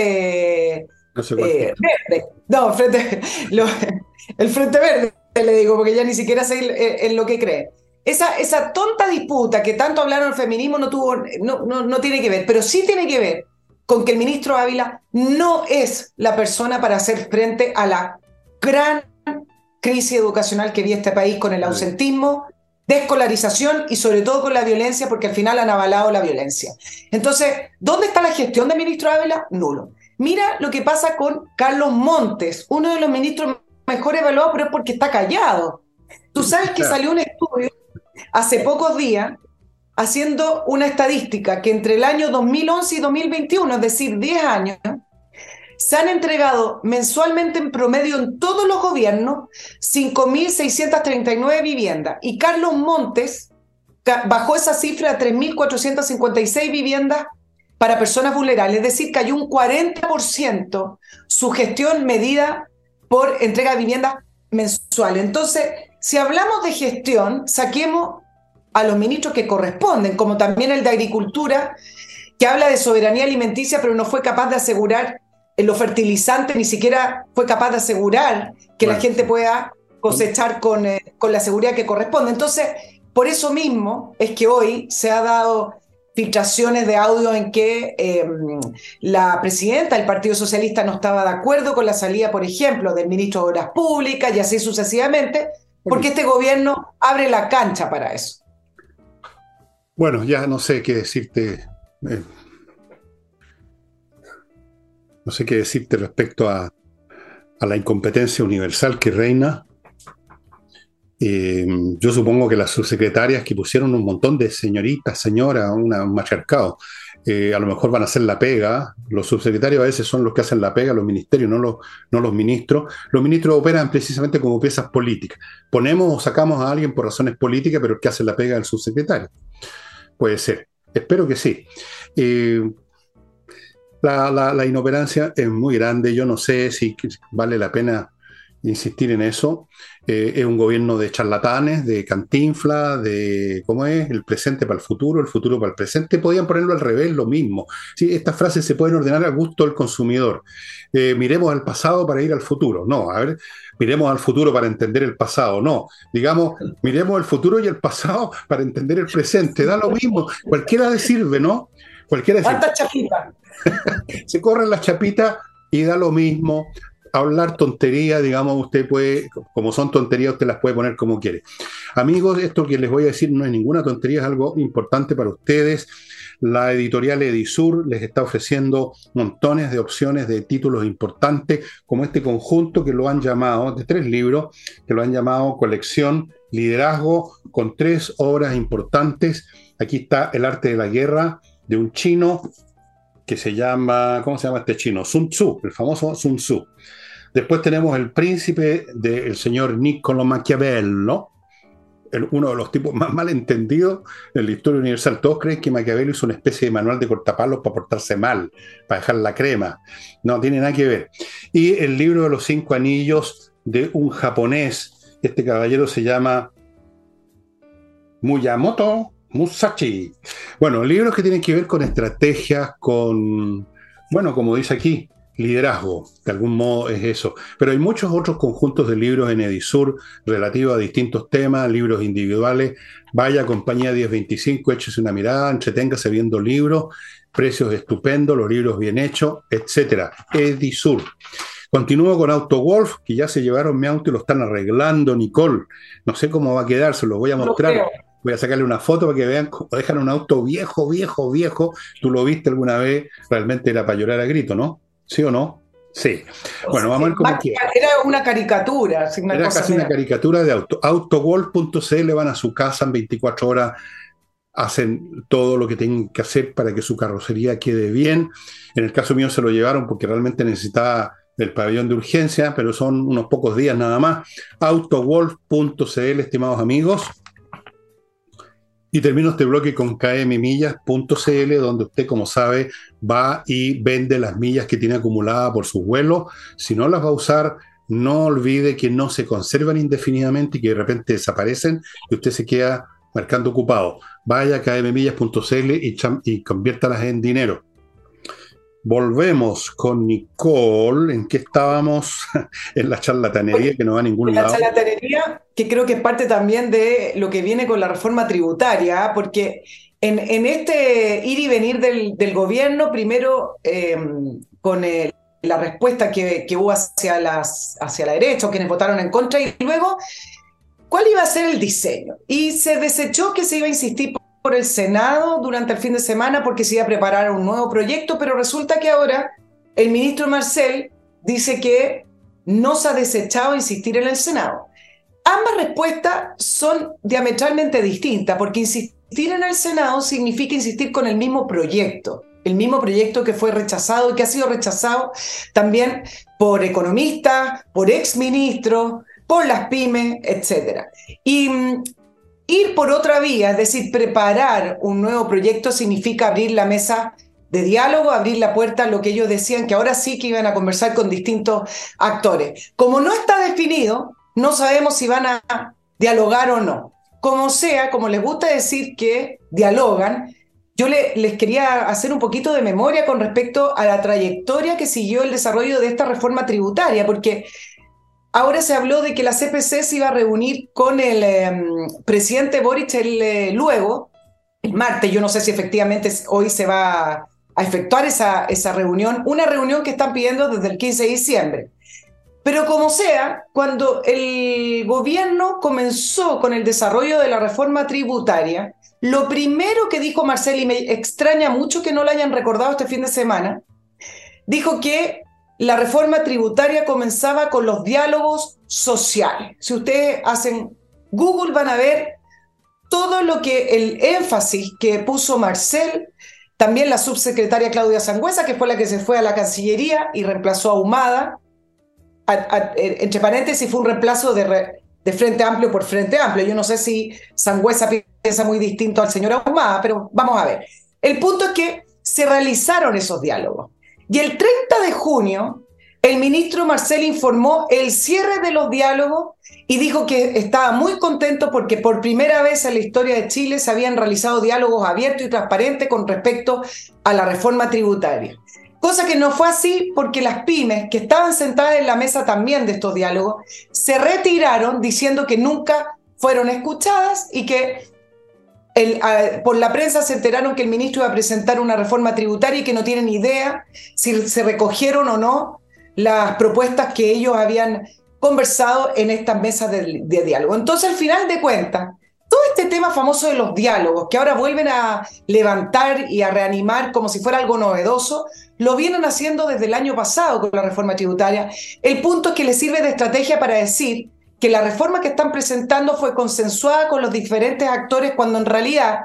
Frente No sé eh, Verde. No, el Frente, lo, el Frente Verde, le digo, porque ya ni siquiera sé en, en lo que cree. Esa, esa tonta disputa que tanto hablaron el feminismo no, tuvo, no, no, no tiene que ver, pero sí tiene que ver con que el ministro Ávila no es la persona para hacer frente a la gran crisis educacional que vive este país con el ausentismo, descolarización y sobre todo con la violencia, porque al final han avalado la violencia. Entonces, ¿dónde está la gestión del ministro Ávila? Nulo. Mira lo que pasa con Carlos Montes, uno de los ministros mejor evaluados, pero es porque está callado. Tú sabes que salió un estudio hace pocos días haciendo una estadística que entre el año dos mil once y dos mil veintiuno, es decir, diez años, se han entregado mensualmente en promedio en todos los gobiernos cinco mil seiscientas treinta y nueve viviendas. Y Carlos Montes bajó esa cifra a tres mil cuatrocientas cincuenta y seis viviendas para personas vulnerables. Es decir, cayó un cuarenta por ciento su gestión medida por entrega de viviendas mensuales. Entonces, si hablamos de gestión, saquemos a los ministros que corresponden, como también el de Agricultura, que habla de soberanía alimenticia, pero no fue capaz de asegurar los fertilizantes, ni siquiera fue capaz de asegurar que bueno, la gente pueda cosechar con, eh, con la seguridad que corresponde. Entonces, por eso mismo es que hoy se ha dado filtraciones de audio en que eh, la presidenta del Partido Socialista no estaba de acuerdo con la salida, por ejemplo, del ministro de Obras Públicas y así sucesivamente, porque este gobierno abre la cancha para eso. Bueno, ya no sé qué decirte. Eh, no sé qué decirte respecto a, a la incompetencia universal que reina. Eh, yo supongo que las subsecretarias que pusieron un montón de señoritas, señoras, una, un matriarcado, eh, a lo mejor van a hacer la pega. Los subsecretarios a veces son los que hacen la pega, los ministerios, no los, no los ministros. Los ministros operan precisamente como piezas políticas. Ponemos o sacamos a alguien por razones políticas, pero el que hace la pega es el subsecretario. Puede ser. Espero que sí. Eh, la, la, la inoperancia es muy grande. Yo no sé si vale la pena insistir en eso. Eh, es un gobierno de charlatanes, de cantinfla, de, ¿cómo es? El presente para el futuro, el futuro para el presente. Podían ponerlo al revés, lo mismo. Sí, estas frases se pueden ordenar al gusto del consumidor. Eh, miremos al pasado para ir al futuro. No, a ver, miremos al futuro para entender el pasado. No, digamos, miremos el futuro y el pasado para entender el presente. Da lo mismo. Cualquiera le sirve, ¿no? Cualquiera le sirve. ¿Cuántas chapitas? Se corren las chapitas y da lo mismo. Hablar tonterías, digamos, usted puede, como son tonterías, usted las puede poner como quiere. Amigos, esto que les voy a decir no es ninguna tontería, es algo importante para ustedes. La editorial Edisur les está ofreciendo montones de opciones de títulos importantes, como este conjunto que lo han llamado, de tres libros, que lo han llamado Colección Liderazgo, con tres obras importantes. Aquí está El arte de la guerra, de un chino que se llama, ¿cómo se llama este chino? Sun Tzu, el famoso Sun Tzu. Después tenemos El príncipe del señor Niccolo Maquiavelo, el, uno de los tipos más mal entendidos en la historia universal. Todos creen que Maquiavelo hizo una especie de manual de cortapalos para portarse mal, para dejar la crema. No, tiene nada que ver. Y el libro de los cinco anillos de un japonés. Este caballero se llama Miyamoto Musashi. Bueno, libros que tienen que ver con estrategias, con, bueno, como dice aquí, liderazgo, de algún modo es eso. Pero hay muchos otros conjuntos de libros en Edisur relativos a distintos temas, libros individuales. Vaya a Compañía diez veinticinco, échese una mirada, entreténgase viendo libros, precios estupendos, los libros bien hechos, etcétera. Edisur. Continúo con AutoWolf, que ya se llevaron mi auto y lo están arreglando, Nicole. No sé cómo va a quedar, se los voy a mostrar. Voy a sacarle una foto para que vean cómo dejan un auto viejo, viejo, viejo. Tú lo viste alguna vez, realmente era para llorar a grito, ¿no? ¿Sí o no? Sí. Bueno, vamos a ver cómo queda. Era una caricatura. Una era cosa casi una caricatura de auto. autowolf punto c l, van a su casa en veinticuatro horas, hacen todo lo que tienen que hacer para que su carrocería quede bien. En el caso mío se lo llevaron porque realmente necesitaba el pabellón de urgencia, pero son unos pocos días nada más. autowolf punto c l, estimados amigos. Y termino este bloque con k m millas punto c l, donde usted, como sabe, va y vende las millas que tiene acumuladas por sus vuelos. Si no las va a usar, no olvide que no se conservan indefinidamente y que de repente desaparecen y usted se queda marcando ocupado. Vaya a k m millas punto c l y, y conviértalas en dinero. Volvemos con Nicole. ¿En qué estábamos? En la charlatanería que no va a ningún en lado. La charlatanería, que creo que es parte también de lo que viene con la reforma tributaria, porque en, en este ir y venir del, del gobierno, primero eh, con el, la respuesta que, que hubo hacia, las, hacia la derecha, o quienes votaron en contra, y luego cuál iba a ser el diseño. Y se desechó que se iba a insistir por el Senado durante el fin de semana porque se iba a preparar un nuevo proyecto, pero resulta que ahora el ministro Marcel dice que no se ha desechado insistir en el Senado. Ambas respuestas son diametralmente distintas, porque insistir en el Senado significa insistir con el mismo proyecto, el mismo proyecto que fue rechazado y que ha sido rechazado también por economistas, por exministros, por las pymes, etcétera. Y mm, ir por otra vía, es decir, preparar un nuevo proyecto, significa abrir la mesa de diálogo, abrir la puerta a lo que ellos decían, que ahora sí que iban a conversar con distintos actores. Como no está definido, no sabemos si van a dialogar o no. Como sea, como les gusta decir que dialogan, yo le, les quería hacer un poquito de memoria con respecto a la trayectoria que siguió el desarrollo de esta reforma tributaria, porque ahora se habló de que la C P C se iba a reunir con el eh, presidente Boric el, eh, luego, el martes. Yo no sé si efectivamente hoy se va a, a efectuar esa, esa reunión, una reunión que están pidiendo desde el quince de diciembre. Pero como sea, cuando el gobierno comenzó con el desarrollo de la reforma tributaria, lo primero que dijo Marcel, y me extraña mucho que no lo hayan recordado este fin de semana, dijo que la reforma tributaria comenzaba con los diálogos sociales. Si ustedes hacen Google van a ver todo lo que el énfasis que puso Marcel, también la subsecretaria Claudia Sangüesa, que fue la que se fue a la Cancillería y reemplazó a Humada. A, a, entre paréntesis, fue un reemplazo de, re, de Frente Amplio por Frente Amplio. Yo no sé si Sangüesa piensa muy distinto al señor Ahumada, pero vamos a ver. El punto es que se realizaron esos diálogos. Y el treinta de junio, el ministro Marcel informó el cierre de los diálogos y dijo que estaba muy contento porque por primera vez en la historia de Chile se habían realizado diálogos abiertos y transparentes con respecto a la reforma tributaria. Cosa que no fue así porque las pymes, que estaban sentadas en la mesa también de estos diálogos, se retiraron diciendo que nunca fueron escuchadas y que el, a, por la prensa se enteraron que el ministro iba a presentar una reforma tributaria y que no tienen idea si se recogieron o no las propuestas que ellos habían conversado en estas mesas de, de diálogo. Entonces, al final de cuentas, todo este tema famoso de los diálogos, que ahora vuelven a levantar y a reanimar como si fuera algo novedoso, lo vienen haciendo desde el año pasado con la reforma tributaria. El punto es que les sirve de estrategia para decir que la reforma que están presentando fue consensuada con los diferentes actores cuando en realidad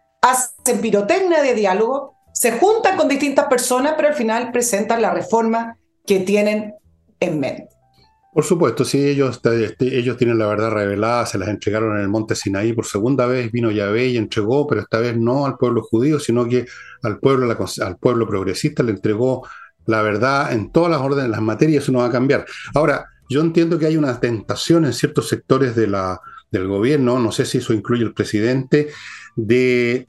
hacen pirotecnia de diálogo, se juntan con distintas personas, pero al final presentan la reforma que tienen en mente. Por supuesto, sí, ellos, ellos tienen la verdad revelada, se las entregaron en el monte Sinaí por segunda vez, vino Yahvé y entregó, pero esta vez no al pueblo judío, sino que al pueblo, al pueblo progresista le entregó la verdad en todas las órdenes, las materias, eso no va a cambiar. Ahora, yo entiendo que hay una tentación en ciertos sectores de la, del gobierno, no sé si eso incluye el presidente, de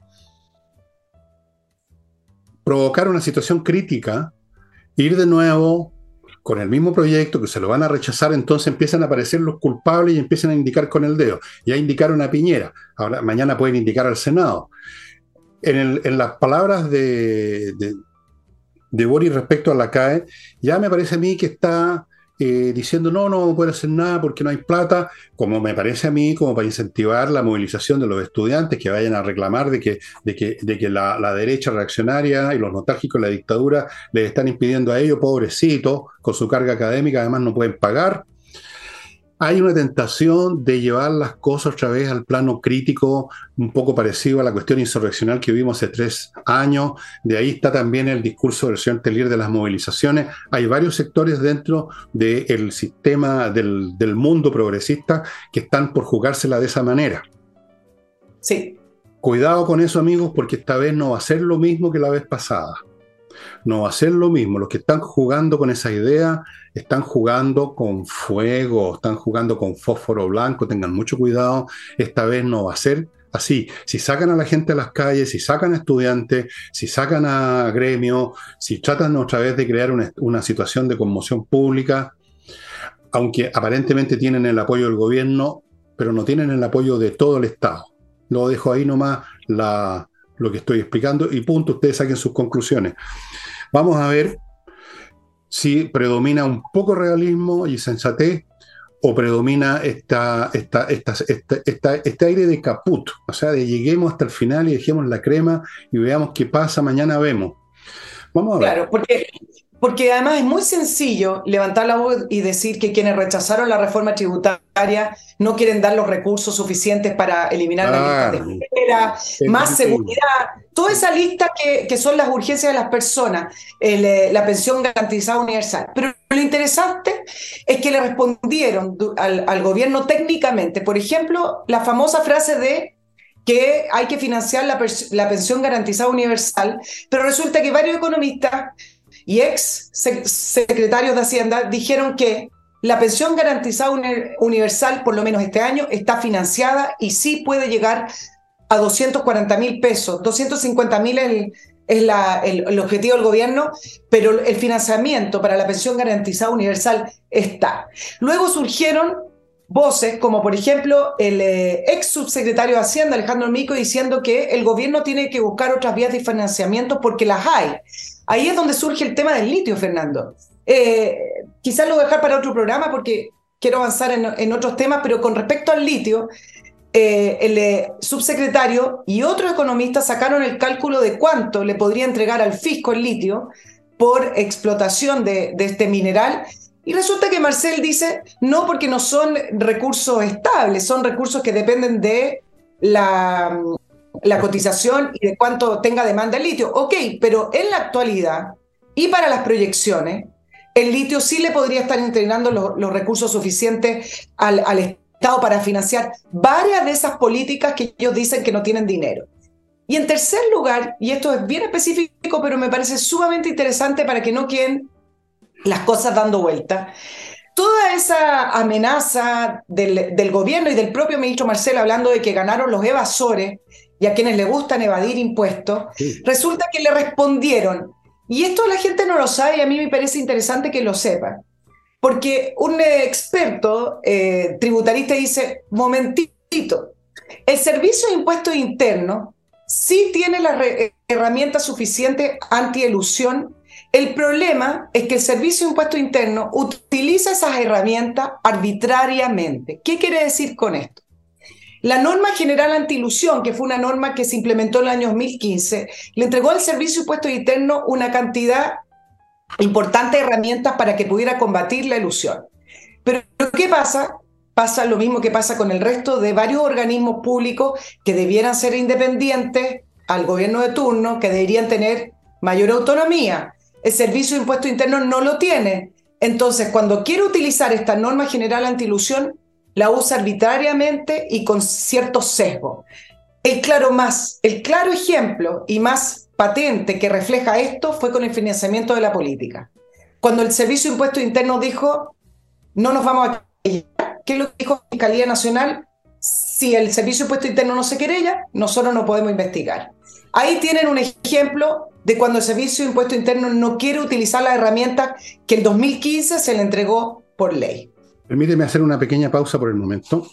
provocar una situación crítica, ir de nuevo con el mismo proyecto, que se lo van a rechazar, entonces empiezan a aparecer los culpables y empiezan a indicar con el dedo. Ya indicaron a Piñera, ahora mañana pueden indicar al Senado. En, el, en las palabras de, de, de Boris respecto a la C A E, ya me parece a mí que está eh, diciendo no, no puede hacer nada porque no hay plata, como me parece a mí, como para incentivar la movilización de los estudiantes que vayan a reclamar de que, de que, de que la, la derecha reaccionaria y los nostálgicos de la dictadura les están impidiendo a ellos, pobrecitos, con su carga académica, además no pueden pagar. Hay una tentación de llevar las cosas otra vez al plano crítico, un poco parecido a la cuestión insurreccional que vimos hace tres años. De ahí está también el discurso del señor Tellier de las movilizaciones. Hay varios sectores dentro del sistema del, del mundo progresista que están por jugársela de esa manera. Sí. Cuidado con eso, amigos, porque esta vez no va a ser lo mismo que la vez pasada. No va a ser lo mismo. Los que están jugando con esa idea están jugando con fuego, están jugando con fósforo blanco, tengan mucho cuidado. Esta vez no va a ser así. Si sacan a la gente a las calles, si sacan a estudiantes, si sacan a gremios, si tratan otra vez de crear una, una situación de conmoción pública, aunque aparentemente tienen el apoyo del gobierno, pero no tienen el apoyo de todo el Estado. Lo dejo ahí nomás la... lo que estoy explicando y punto, ustedes saquen sus conclusiones. Vamos a ver si predomina un poco realismo y sensatez o predomina esta, esta, esta, esta, esta, este aire de caput, o sea, de lleguemos hasta el final y dejemos la crema y veamos qué pasa, mañana vemos. Vamos a ver. Claro, porque, porque además es muy sencillo levantar la voz y decir que quienes rechazaron la reforma tributaria no quieren dar los recursos suficientes para eliminar Ah, las listas de espera, más seguridad, toda esa lista que, que son las urgencias de las personas, el, eh, la pensión garantizada universal. Pero lo interesante es que le respondieron al, al gobierno técnicamente, por ejemplo, la famosa frase de que hay que financiar la, la pensión garantizada universal, pero resulta que varios economistas y ex secretarios de Hacienda dijeron que la pensión garantizada universal, por lo menos este año, está financiada y sí puede llegar a doscientos cuarenta mil pesos. doscientos cincuenta mil es, es la, el, el objetivo del gobierno, pero el financiamiento para la pensión garantizada universal está. Luego surgieron voces, como por ejemplo el eh, ex subsecretario de Hacienda, Alejandro Mico, diciendo que el gobierno tiene que buscar otras vías de financiamiento porque las hay. Ahí es donde surge el tema del litio, Fernando. Eh, quizás lo voy a dejar para otro programa porque quiero avanzar en, en otros temas, pero con respecto al litio, eh, el eh, subsecretario y otros economistas sacaron el cálculo de cuánto le podría entregar al fisco el litio por explotación de, de este mineral. Y resulta que Marcel dice, no, porque no son recursos estables, son recursos que dependen de la, la cotización y de cuánto tenga demanda el litio. Ok, pero en la actualidad y para las proyecciones, el litio sí le podría estar entregando los, los recursos suficientes al, al Estado para financiar varias de esas políticas que ellos dicen que no tienen dinero. Y en tercer lugar, y esto es bien específico, pero me parece sumamente interesante para que no queden las cosas dando vuelta, toda esa amenaza del, del gobierno y del propio ministro Marcel hablando de que ganaron los evasores y a quienes les gustan evadir impuestos, sí. Resulta que le respondieron, y esto la gente no lo sabe y a mí me parece interesante que lo sepan, porque un experto eh, tributarista dice, momentito, el Servicio de Impuestos Internos sí tiene las herramientas suficientes anti-elusión. El problema es que el Servicio de Impuestos Internos utiliza esas herramientas arbitrariamente. ¿Qué quiere decir con esto? La norma general anti-ilusión, que fue una norma que se implementó en el año dos mil quince, le entregó al Servicio de Impuestos Internos una cantidad importante de herramientas para que pudiera combatir la ilusión. Pero ¿qué pasa? Pasa lo mismo que pasa con el resto de varios organismos públicos que debieran ser independientes al gobierno de turno, que deberían tener mayor autonomía. El Servicio de Impuestos Internos no lo tiene. Entonces, cuando quiere utilizar esta norma general anti-ilusión, la usa arbitrariamente y con cierto sesgo. El claro, más, el claro ejemplo y más patente que refleja esto fue con el financiamiento de la política. Cuando el Servicio de Impuestos Internos dijo, no nos vamos a querellar, ¿qué es lo que dijo la Fiscalía Nacional? Si el Servicio de Impuestos Internos no se querella, nosotros no podemos investigar. Ahí tienen un ejemplo de cuando el Servicio de Impuestos Internos no quiere utilizar las herramientas que en dos mil quince se le entregó por ley. Permíteme hacer una pequeña pausa por el momento.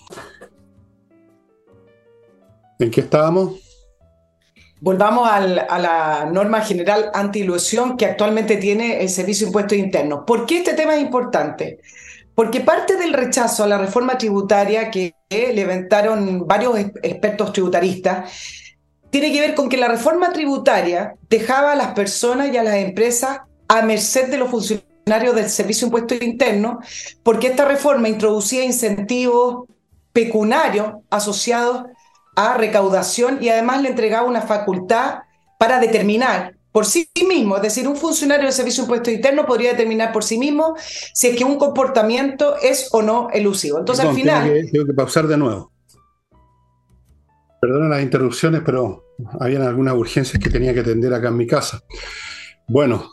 ¿En qué estábamos? Volvamos al, a la norma general anti-ilusión que actualmente tiene el Servicio de Impuestos Internos. ¿Por qué este tema es importante? Porque parte del rechazo a la reforma tributaria que levantaron varios expertos tributaristas tiene que ver con que la reforma tributaria dejaba a las personas y a las empresas a merced de los funcionarios del Servicio de Impuestos Internos, porque esta reforma introducía incentivos pecuniarios asociados a recaudación y además le entregaba una facultad para determinar por sí mismo, es decir, un funcionario del Servicio de Impuestos Internos podría determinar por sí mismo si es que un comportamiento es o no elusivo. Entonces, Perdón, al final... Tengo que, tengo que pausar de nuevo. Perdonen las interrupciones, pero habían algunas urgencias que tenía que atender acá en mi casa. Bueno,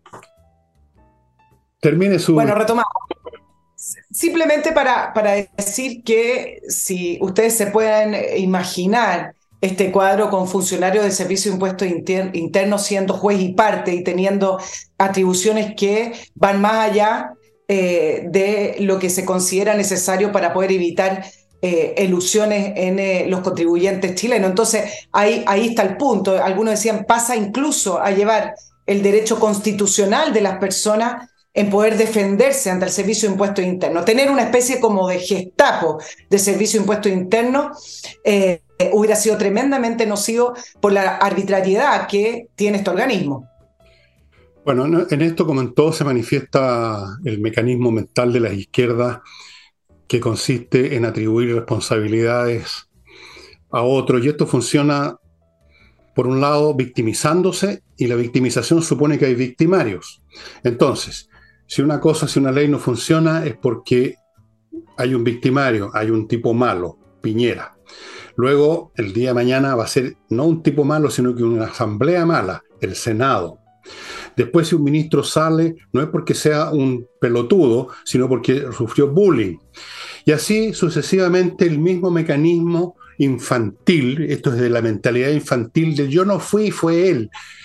termine su... Bueno, retomamos. Simplemente para, para decir que si ustedes se pueden imaginar este cuadro con funcionarios del Servicio de Impuestos Inter- Internos siendo juez y parte y teniendo atribuciones que van más allá eh, de lo que se considera necesario para poder evitar eh, elusiones en eh, los contribuyentes chilenos. Entonces, ahí, ahí está el punto. Algunos decían, pasa incluso a llevar el derecho constitucional de las personas en poder defenderse ante el Servicio de Impuestos Internos. Tener una especie como de Gestapo de Servicio de Impuestos Internos eh, hubiera sido tremendamente nocivo por la arbitrariedad que tiene este organismo. Bueno, en esto, como en todo, se manifiesta el mecanismo mental de las izquierdas, que consiste en atribuir responsabilidades a otros, y esto funciona, por un lado, victimizándose, y la victimización supone que hay victimarios. Entonces, si una cosa, si una ley no funciona, es porque hay un victimario, hay un tipo malo, Piñera. Luego, el día de mañana va a ser no un tipo malo, sino que una asamblea mala, el Senado. Después, si un ministro sale, no es porque sea un pelotudo, sino porque sufrió bullying. Y así sucesivamente, el mismo mecanismo infantil, esto es de la mentalidad infantil del yo no fui, fue él,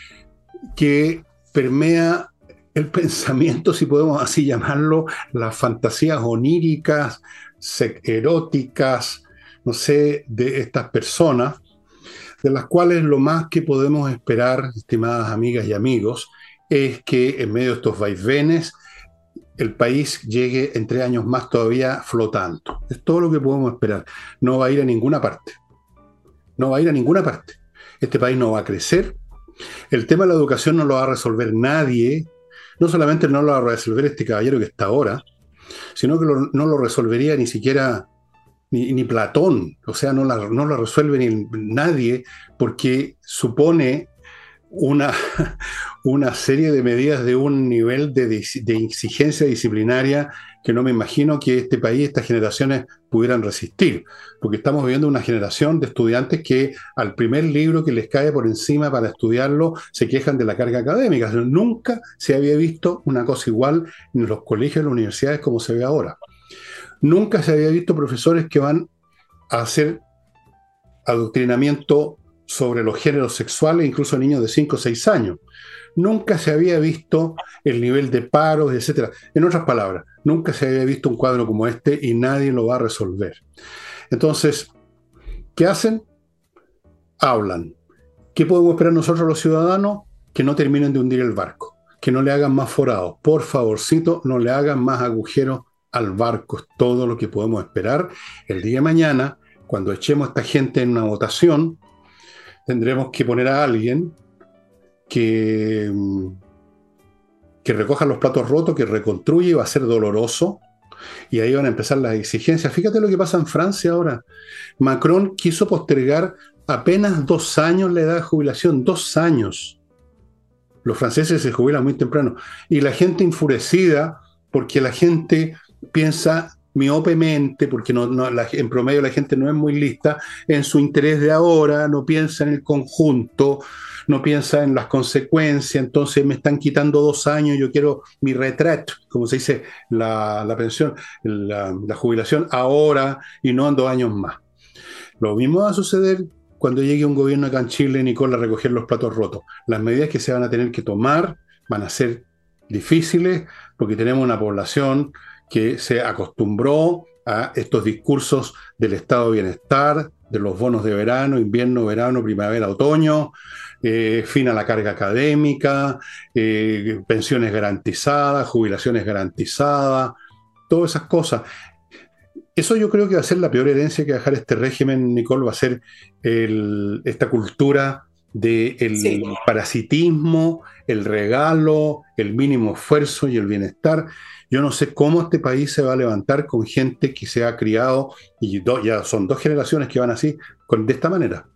que permea el pensamiento, si podemos así llamarlo, las fantasías oníricas, eróticas, no sé, de estas personas, de las cuales lo más que podemos esperar, estimadas amigas y amigos, es que en medio de estos vaivenes el país llegue en tres años más todavía flotando. Es todo lo que podemos esperar. No va a ir a ninguna parte. No va a ir a ninguna parte. Este país no va a crecer. El tema de la educación no lo va a resolver nadie. No solamente no lo va a resolver este caballero que está ahora, sino que lo, no lo resolvería ni siquiera ni, ni Platón. O sea, no, la, no lo resuelve ni nadie, porque supone una, una serie de medidas de un nivel de, de, de exigencia disciplinaria que no me imagino que este país, estas generaciones pudieran resistir, porque estamos viviendo una generación de estudiantes que al primer libro que les cae por encima para estudiarlo se quejan de la carga académica. Nunca se había visto una cosa igual en los colegios y las universidades como se ve ahora. Nunca se había visto profesores que van a hacer adoctrinamiento sobre los géneros sexuales, incluso niños de cinco o seis años. Nunca se había visto el nivel de paros, etcétera. En otras palabras, nunca se había visto un cuadro como este y nadie lo va a resolver. Entonces, ¿qué hacen? Hablan. ¿Qué podemos esperar nosotros los ciudadanos? Que no terminen de hundir el barco, que no le hagan más forados. Por favorcito, no le hagan más agujeros al barco. Es todo lo que podemos esperar. El día de mañana, cuando echemos a esta gente en una votación, tendremos que poner a alguien que, que recoja los platos rotos, que reconstruye, va a ser doloroso, y ahí van a empezar las exigencias. Fíjate lo que pasa en Francia ahora. Macron quiso postergar apenas dos años la edad de jubilación, dos años. Los franceses se jubilan muy temprano, y la gente enfurecida porque la gente piensa miopemente, porque no, no, la, en promedio la gente no es muy lista, en su interés de ahora, no piensa en el conjunto, no piensa en las consecuencias. Entonces me están quitando dos años, yo quiero mi retraite, como se dice, la, la pensión, la, la jubilación ahora y no en dos años más. Lo mismo va a suceder cuando llegue un gobierno acá en Chile, Nicole, a recoger los platos rotos. Las medidas que se van a tener que tomar van a ser difíciles, porque tenemos una población que se acostumbró a estos discursos del estado de bienestar, de los bonos de verano, invierno, verano, primavera, otoño, eh, fin a la carga académica, eh, pensiones garantizadas, jubilaciones garantizadas, todas esas cosas. Eso yo creo que va a ser la peor herencia que va a dejar este régimen, Nicole, va a ser el, esta cultura del sí. parasitismo, el regalo, el mínimo esfuerzo y el bienestar. Yo no sé cómo este país se va a levantar con gente que se ha criado, y do, ya son dos generaciones que van así, con, de esta manera.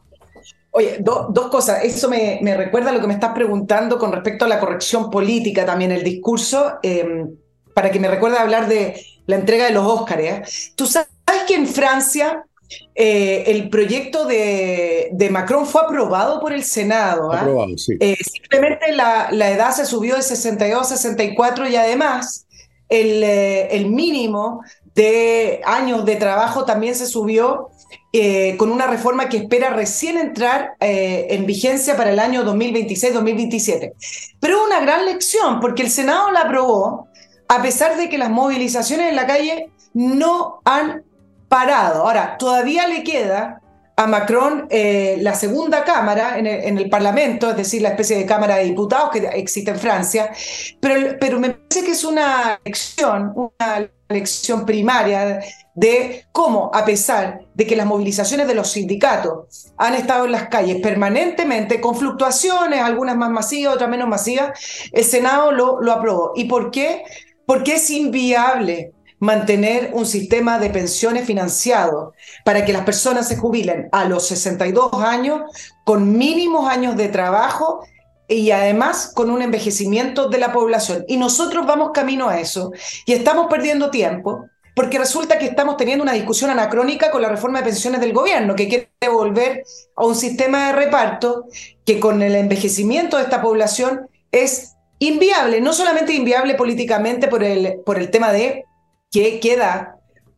Oye, do, dos cosas. Eso me, me recuerda a lo que me estás preguntando con respecto a la corrección política también, el discurso, eh, para que me recuerde hablar de la entrega de los Óscares. ¿eh? Tú sabes que en Francia eh, el proyecto de, de Macron fue aprobado por el Senado. ¿eh? Aprobado, sí. Eh, simplemente la, la edad se subió de sesenta y dos a sesenta y cuatro y además el, eh, el mínimo de años de trabajo también se subió eh, con una reforma que espera recién entrar eh, en vigencia para el año dos mil veintiséis dos mil veintisiete. Pero una gran lección, porque el Senado la aprobó a pesar de que las movilizaciones en la calle no han parado. Ahora, todavía le queda a Macron eh, la segunda cámara en el, en el Parlamento, es decir, la especie de Cámara de Diputados que existe en Francia, pero, pero me parece que es una lección, una lección primaria de cómo, a pesar de que las movilizaciones de los sindicatos han estado en las calles permanentemente, con fluctuaciones, algunas más masivas, otras menos masivas, el Senado lo, lo aprobó. ¿Y por qué? Porque es inviable mantener un sistema de pensiones financiado para que las personas se jubilen a los sesenta y dos años con mínimos años de trabajo y además con un envejecimiento de la población. Y nosotros vamos camino a eso y estamos perdiendo tiempo porque resulta que estamos teniendo una discusión anacrónica con la reforma de pensiones del gobierno, que quiere volver a un sistema de reparto que con el envejecimiento de esta población es inviable, no solamente inviable políticamente por el, por el tema de que queda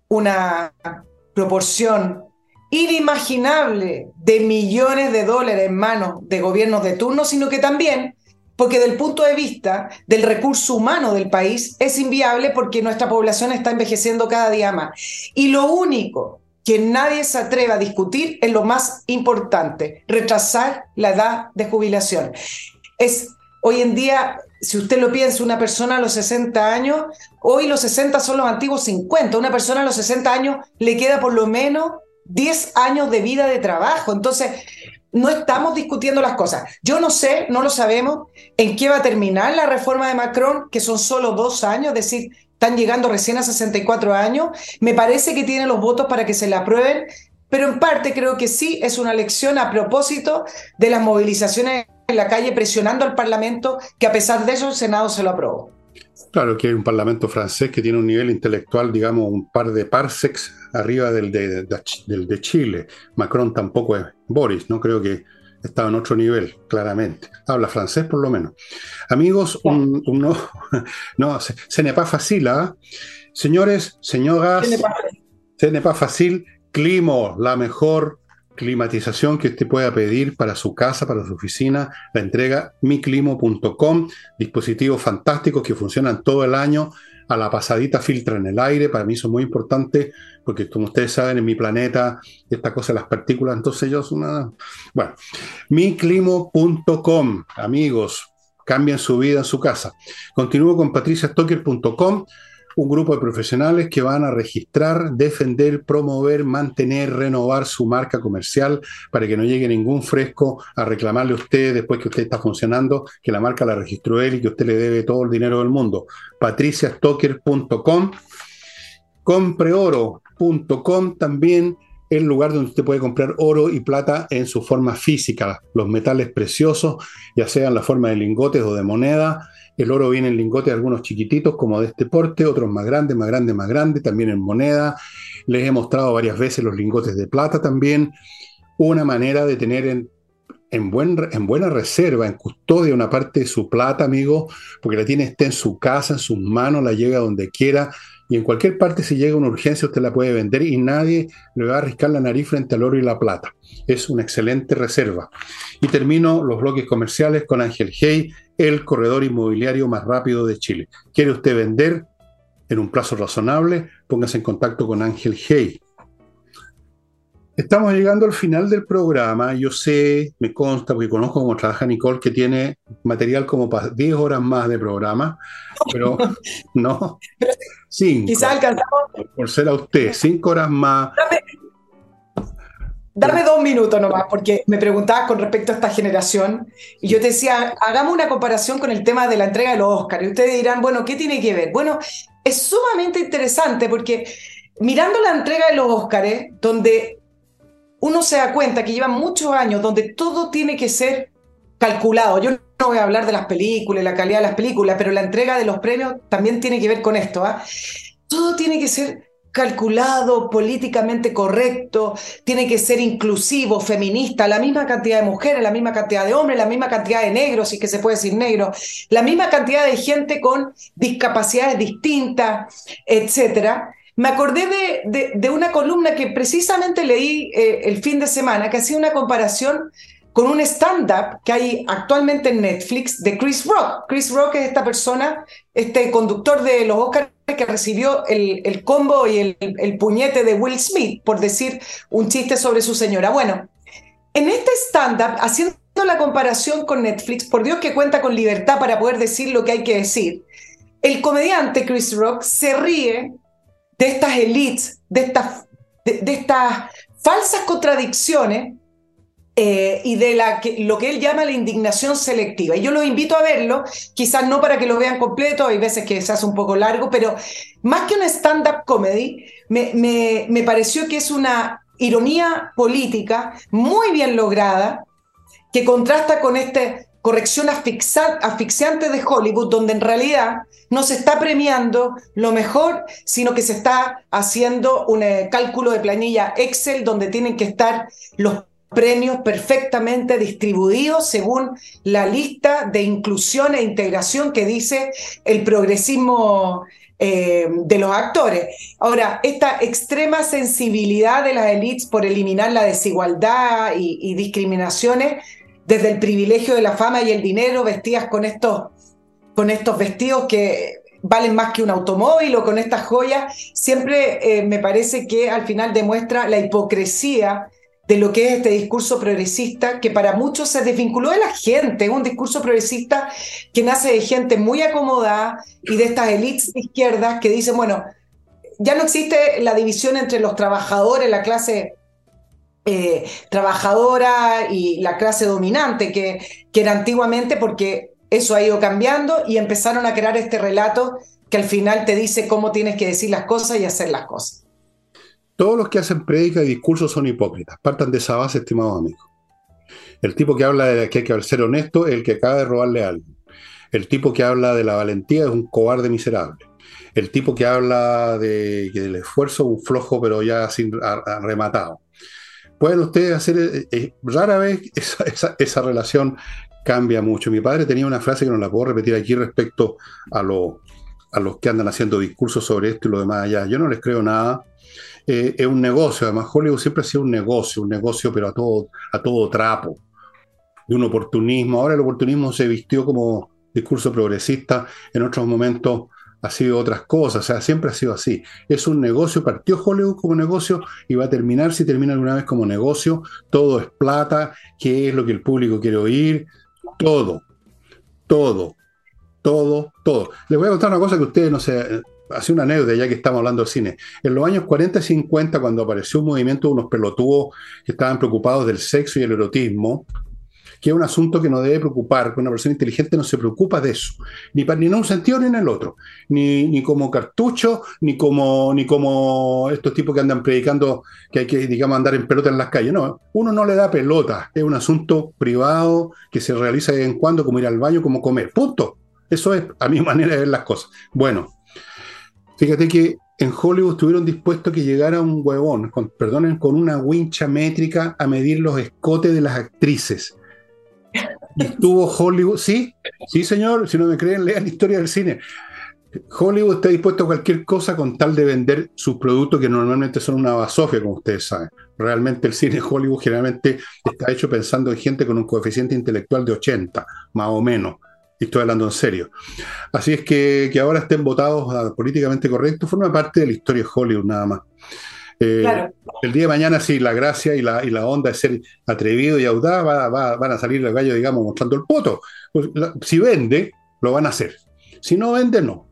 una proporción inimaginable de millones de dólares en manos de gobiernos de turno, sino que también porque desde el punto de vista del recurso humano del país es inviable porque nuestra población está envejeciendo cada día más. Y lo único que nadie se atreve a discutir es lo más importante, retrasar la edad de jubilación. Es hoy en día, si usted lo piensa, una persona a los sesenta años, hoy los sesenta son los antiguos cincuenta, una persona a los sesenta años le queda por lo menos diez años de vida de trabajo. Entonces, no estamos discutiendo las cosas. Yo no sé, no lo sabemos, en qué va a terminar la reforma de Macron, que son solo dos años, es decir, están llegando recién a sesenta y cuatro años. Me parece que tiene los votos para que se la aprueben, pero en parte creo que sí es una lección a propósito de las movilizaciones en la calle presionando al Parlamento, que a pesar de eso el Senado se lo aprobó. Claro que hay un Parlamento francés que tiene un nivel intelectual, digamos, un par de parsecs arriba del de, de, del de Chile. Macron tampoco es Boris, no creo que estaba en otro nivel, claramente. Habla francés por lo menos. Amigos, un, un no, no, ce n'est pas facile, ¿eh? Señores, señoras, ce n'est pas facile. Climo, la mejor climatización que usted pueda pedir para su casa, para su oficina, la entrega mi climo punto com, dispositivos fantásticos que funcionan todo el año, a la pasadita filtran el aire. Para mí son muy importantes porque, como ustedes saben, en mi planeta esta cosa de las partículas, entonces yo una... bueno, mi climo punto com, amigos, cambien su vida en su casa. Continúo con patricia stocker punto com, un grupo de profesionales que van a registrar, defender, promover, mantener, renovar su marca comercial para que no llegue ningún fresco a reclamarle a usted después que usted está funcionando, que la marca la registró él y que usted le debe todo el dinero del mundo. patricia stocker punto com. compre oro punto com también, el lugar donde usted puede comprar oro y plata en su forma física, los metales preciosos, ya sea en la forma de lingotes o de moneda. El oro viene en lingotes, algunos chiquititos como de este porte, otros más grandes, más grandes, más grandes, también en moneda. Les he mostrado varias veces los lingotes de plata también. Una manera de tener en, en, buen, en buena reserva, en custodia, una parte de su plata, amigo, porque la tiene esté en su casa, en sus manos, la llega donde quiera. Y en cualquier parte, si llega una urgencia, usted la puede vender y nadie le va a arriscar la nariz frente al oro y la plata. Es una excelente reserva. Y termino los bloques comerciales con Ángel Hey, el corredor inmobiliario más rápido de Chile. ¿Quiere usted vender en un plazo razonable? Póngase en contacto con Ángel Hey. Estamos llegando al final del programa. Yo sé, me consta, porque conozco cómo trabaja Nicole, que tiene material como para diez horas más de programa, pero no, cinco. Quizás alcanzamos. Por ser a usted, cinco horas más. Dame, dame dos minutos nomás, porque me preguntabas con respecto a esta generación, y yo te decía, hagamos una comparación con el tema de la entrega de los Óscar, y ustedes dirán, bueno, ¿qué tiene que ver? Bueno, es sumamente interesante, porque mirando la entrega de los Óscares, donde uno se da cuenta que llevan muchos años donde todo tiene que ser calculado. Yo no voy a hablar de las películas, la calidad de las películas, pero la entrega de los premios también tiene que ver con esto, ¿eh? Todo tiene que ser calculado, políticamente correcto, tiene que ser inclusivo, feminista, la misma cantidad de mujeres, la misma cantidad de hombres, la misma cantidad de negros, si es que se puede decir negro, la misma cantidad de gente con discapacidades distintas, etcétera. Me acordé de, de, de una columna que precisamente leí eh, el fin de semana, que hacía una comparación con un stand-up que hay actualmente en Netflix de Chris Rock. Chris Rock es esta persona, este conductor de los Oscars que recibió el, el combo y el, el puñete de Will Smith por decir un chiste sobre su señora. Bueno, en este stand-up, haciendo la comparación con Netflix, por Dios que cuenta con libertad para poder decir lo que hay que decir, el comediante Chris Rock se ríe de estas elites, de estas, de, de estas falsas contradicciones eh, y de la que, lo que él llama la indignación selectiva. Y yo los invito a verlo, quizás no para que lo vean completo, hay veces que se hace un poco largo, pero más que una stand-up comedy, me, me, me pareció que es una ironía política muy bien lograda, que contrasta con esta corrección asfixia, asfixiante de Hollywood, donde en realidad no se está premiando lo mejor, sino que se está haciendo un eh, cálculo de planilla Excel donde tienen que estar los premios perfectamente distribuidos según la lista de inclusión e integración que dice el progresismo eh, de los actores. Ahora, esta extrema sensibilidad de las élites por eliminar la desigualdad y, y discriminaciones desde el privilegio de la fama y el dinero, vestidas con estos, con estos vestidos que valen más que un automóvil o con estas joyas, siempre eh, me parece que al final demuestra la hipocresía de lo que es este discurso progresista, que para muchos se desvinculó de la gente, un discurso progresista que nace de gente muy acomodada y de estas élites de izquierdas que dicen, bueno, ya no existe la división entre los trabajadores, la clase eh, trabajadora y la clase dominante, que, que era antiguamente, porque eso ha ido cambiando y empezaron a crear este relato que al final te dice cómo tienes que decir las cosas y hacer las cosas. Todos los que hacen prédica y discursos son hipócritas. Partan de esa base, estimados amigos. El tipo que habla de que hay que ser honesto es el que acaba de robarle a alguien. El tipo que habla de la valentía es un cobarde miserable. El tipo que habla de, que del esfuerzo es un flojo, pero ya sin a, a, rematado. Pueden ustedes hacer... Eh, eh, rara vez esa, esa, esa relación cambia mucho. Mi padre tenía una frase que no la puedo repetir aquí respecto a, lo, a los que andan haciendo discursos sobre esto y lo demás allá. Yo no les creo nada. Eh, es un negocio, además Hollywood siempre ha sido un negocio, un negocio pero a todo, a todo trapo, de un oportunismo. Ahora el oportunismo se vistió como discurso progresista, en otros momentos ha sido otras cosas, o sea, siempre ha sido así. Es un negocio, partió Hollywood como negocio y va a terminar, si termina alguna vez como negocio, todo es plata, qué es lo que el público quiere oír, todo, todo, todo, todo. Les voy a contar una cosa que ustedes no se... Hace una anécdota ya que estamos hablando del cine. En los años cuarenta y cincuenta, cuando apareció un movimiento de unos pelotudos que estaban preocupados del sexo y el erotismo, que es un asunto que no debe preocupar, que una persona inteligente no se preocupa de eso, ni, para, ni en un sentido ni en el otro, ni, ni como cartucho, ni como, ni como estos tipos que andan predicando que hay que, digamos, andar en pelota en las calles. No, uno no le da pelota, es un asunto privado que se realiza de vez en cuando, como ir al baño, como comer, punto. Eso es a mi manera de ver las cosas. Bueno, fíjate que en Hollywood estuvieron dispuestos a que llegara un huevón, con, perdonen, con una wincha métrica a medir los escotes de las actrices. Y estuvo Hollywood, sí, sí señor, si no me creen, lean la historia del cine. Hollywood está dispuesto a cualquier cosa con tal de vender sus productos que normalmente son una basofia, como ustedes saben. Realmente el cine de Hollywood generalmente está hecho pensando en gente con un coeficiente intelectual de ochenta, más o menos. Y estoy hablando en serio. Así es que, que ahora estén votados a políticamente correctos forma parte de la historia de Hollywood nada más. Eh, claro. El día de mañana sí, la gracia y la, y la onda de ser atrevido y audaz va, va, van a salir los gallos, digamos, mostrando el poto. Pues, la, si vende, lo van a hacer. Si no vende, no.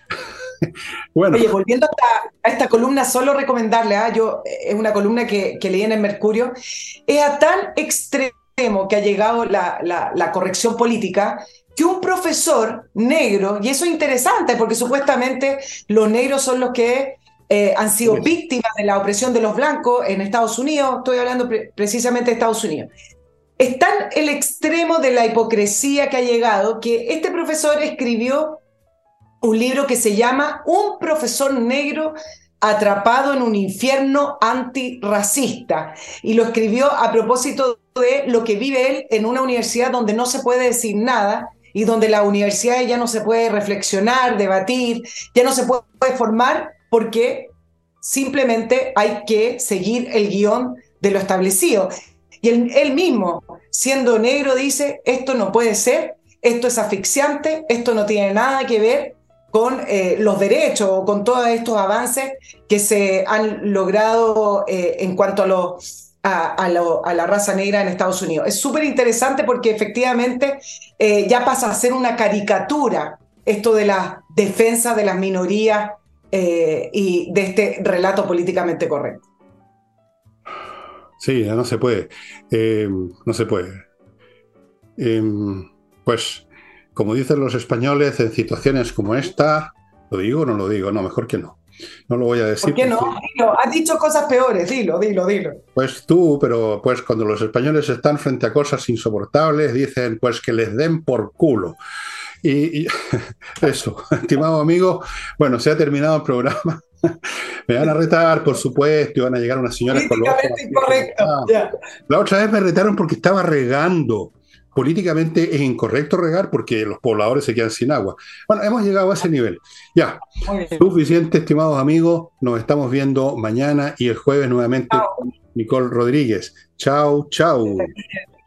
Bueno. Oye, volviendo a esta, a esta columna, solo recomendarle, ¿eh? Yo, es una columna que, que leí en el Mercurio, es a tan extremo que ha llegado la, la, la corrección política que un profesor negro, y eso es interesante porque supuestamente los negros son los que eh, han sido sí. víctimas de la opresión de los blancos en Estados Unidos, estoy hablando pre- precisamente de Estados Unidos. Es tan el extremo de la hipocresía que ha llegado que este profesor escribió un libro que se llama Un profesor negro atrapado en un infierno antirracista, y lo escribió a propósito de lo que vive él en una universidad donde no se puede decir nada y donde la universidad ya no se puede reflexionar, debatir, ya no se puede formar porque simplemente hay que seguir el guión de lo establecido. Y él, él mismo siendo negro, dice, esto no puede ser, esto es asfixiante, esto no tiene nada que ver con eh, los derechos o con todos estos avances que se han logrado eh, en cuanto a, lo, a, a, lo, a la raza negra en Estados Unidos. Es súper interesante porque efectivamente eh, ya pasa a ser una caricatura esto de la defensa de las minorías eh, y de este relato políticamente correcto. Sí, no se puede. Eh, no se puede. Eh, pues, como dicen los españoles, en situaciones como esta, ¿lo digo o no lo digo? No, mejor que no. No lo voy a decir. ¿Por qué no? Dilo, has dicho cosas peores, dilo, dilo, dilo. Pues tú, pero pues cuando los españoles están frente a cosas insoportables, dicen pues que les den por culo. Y, y eso, estimado amigo, bueno, se ha terminado el programa. Me van a retar, por supuesto, y van a llegar unas señoras con los ojos políticamente incorrecto. Ah, Yeah. La otra vez me retaron porque estaba regando. Políticamente es incorrecto regar porque los pobladores se quedan sin agua. Bueno, hemos llegado a ese nivel. Ya, suficiente, estimados amigos. Nos estamos viendo mañana y el jueves nuevamente Chao. con Nicole Rodríguez. Chao, chao.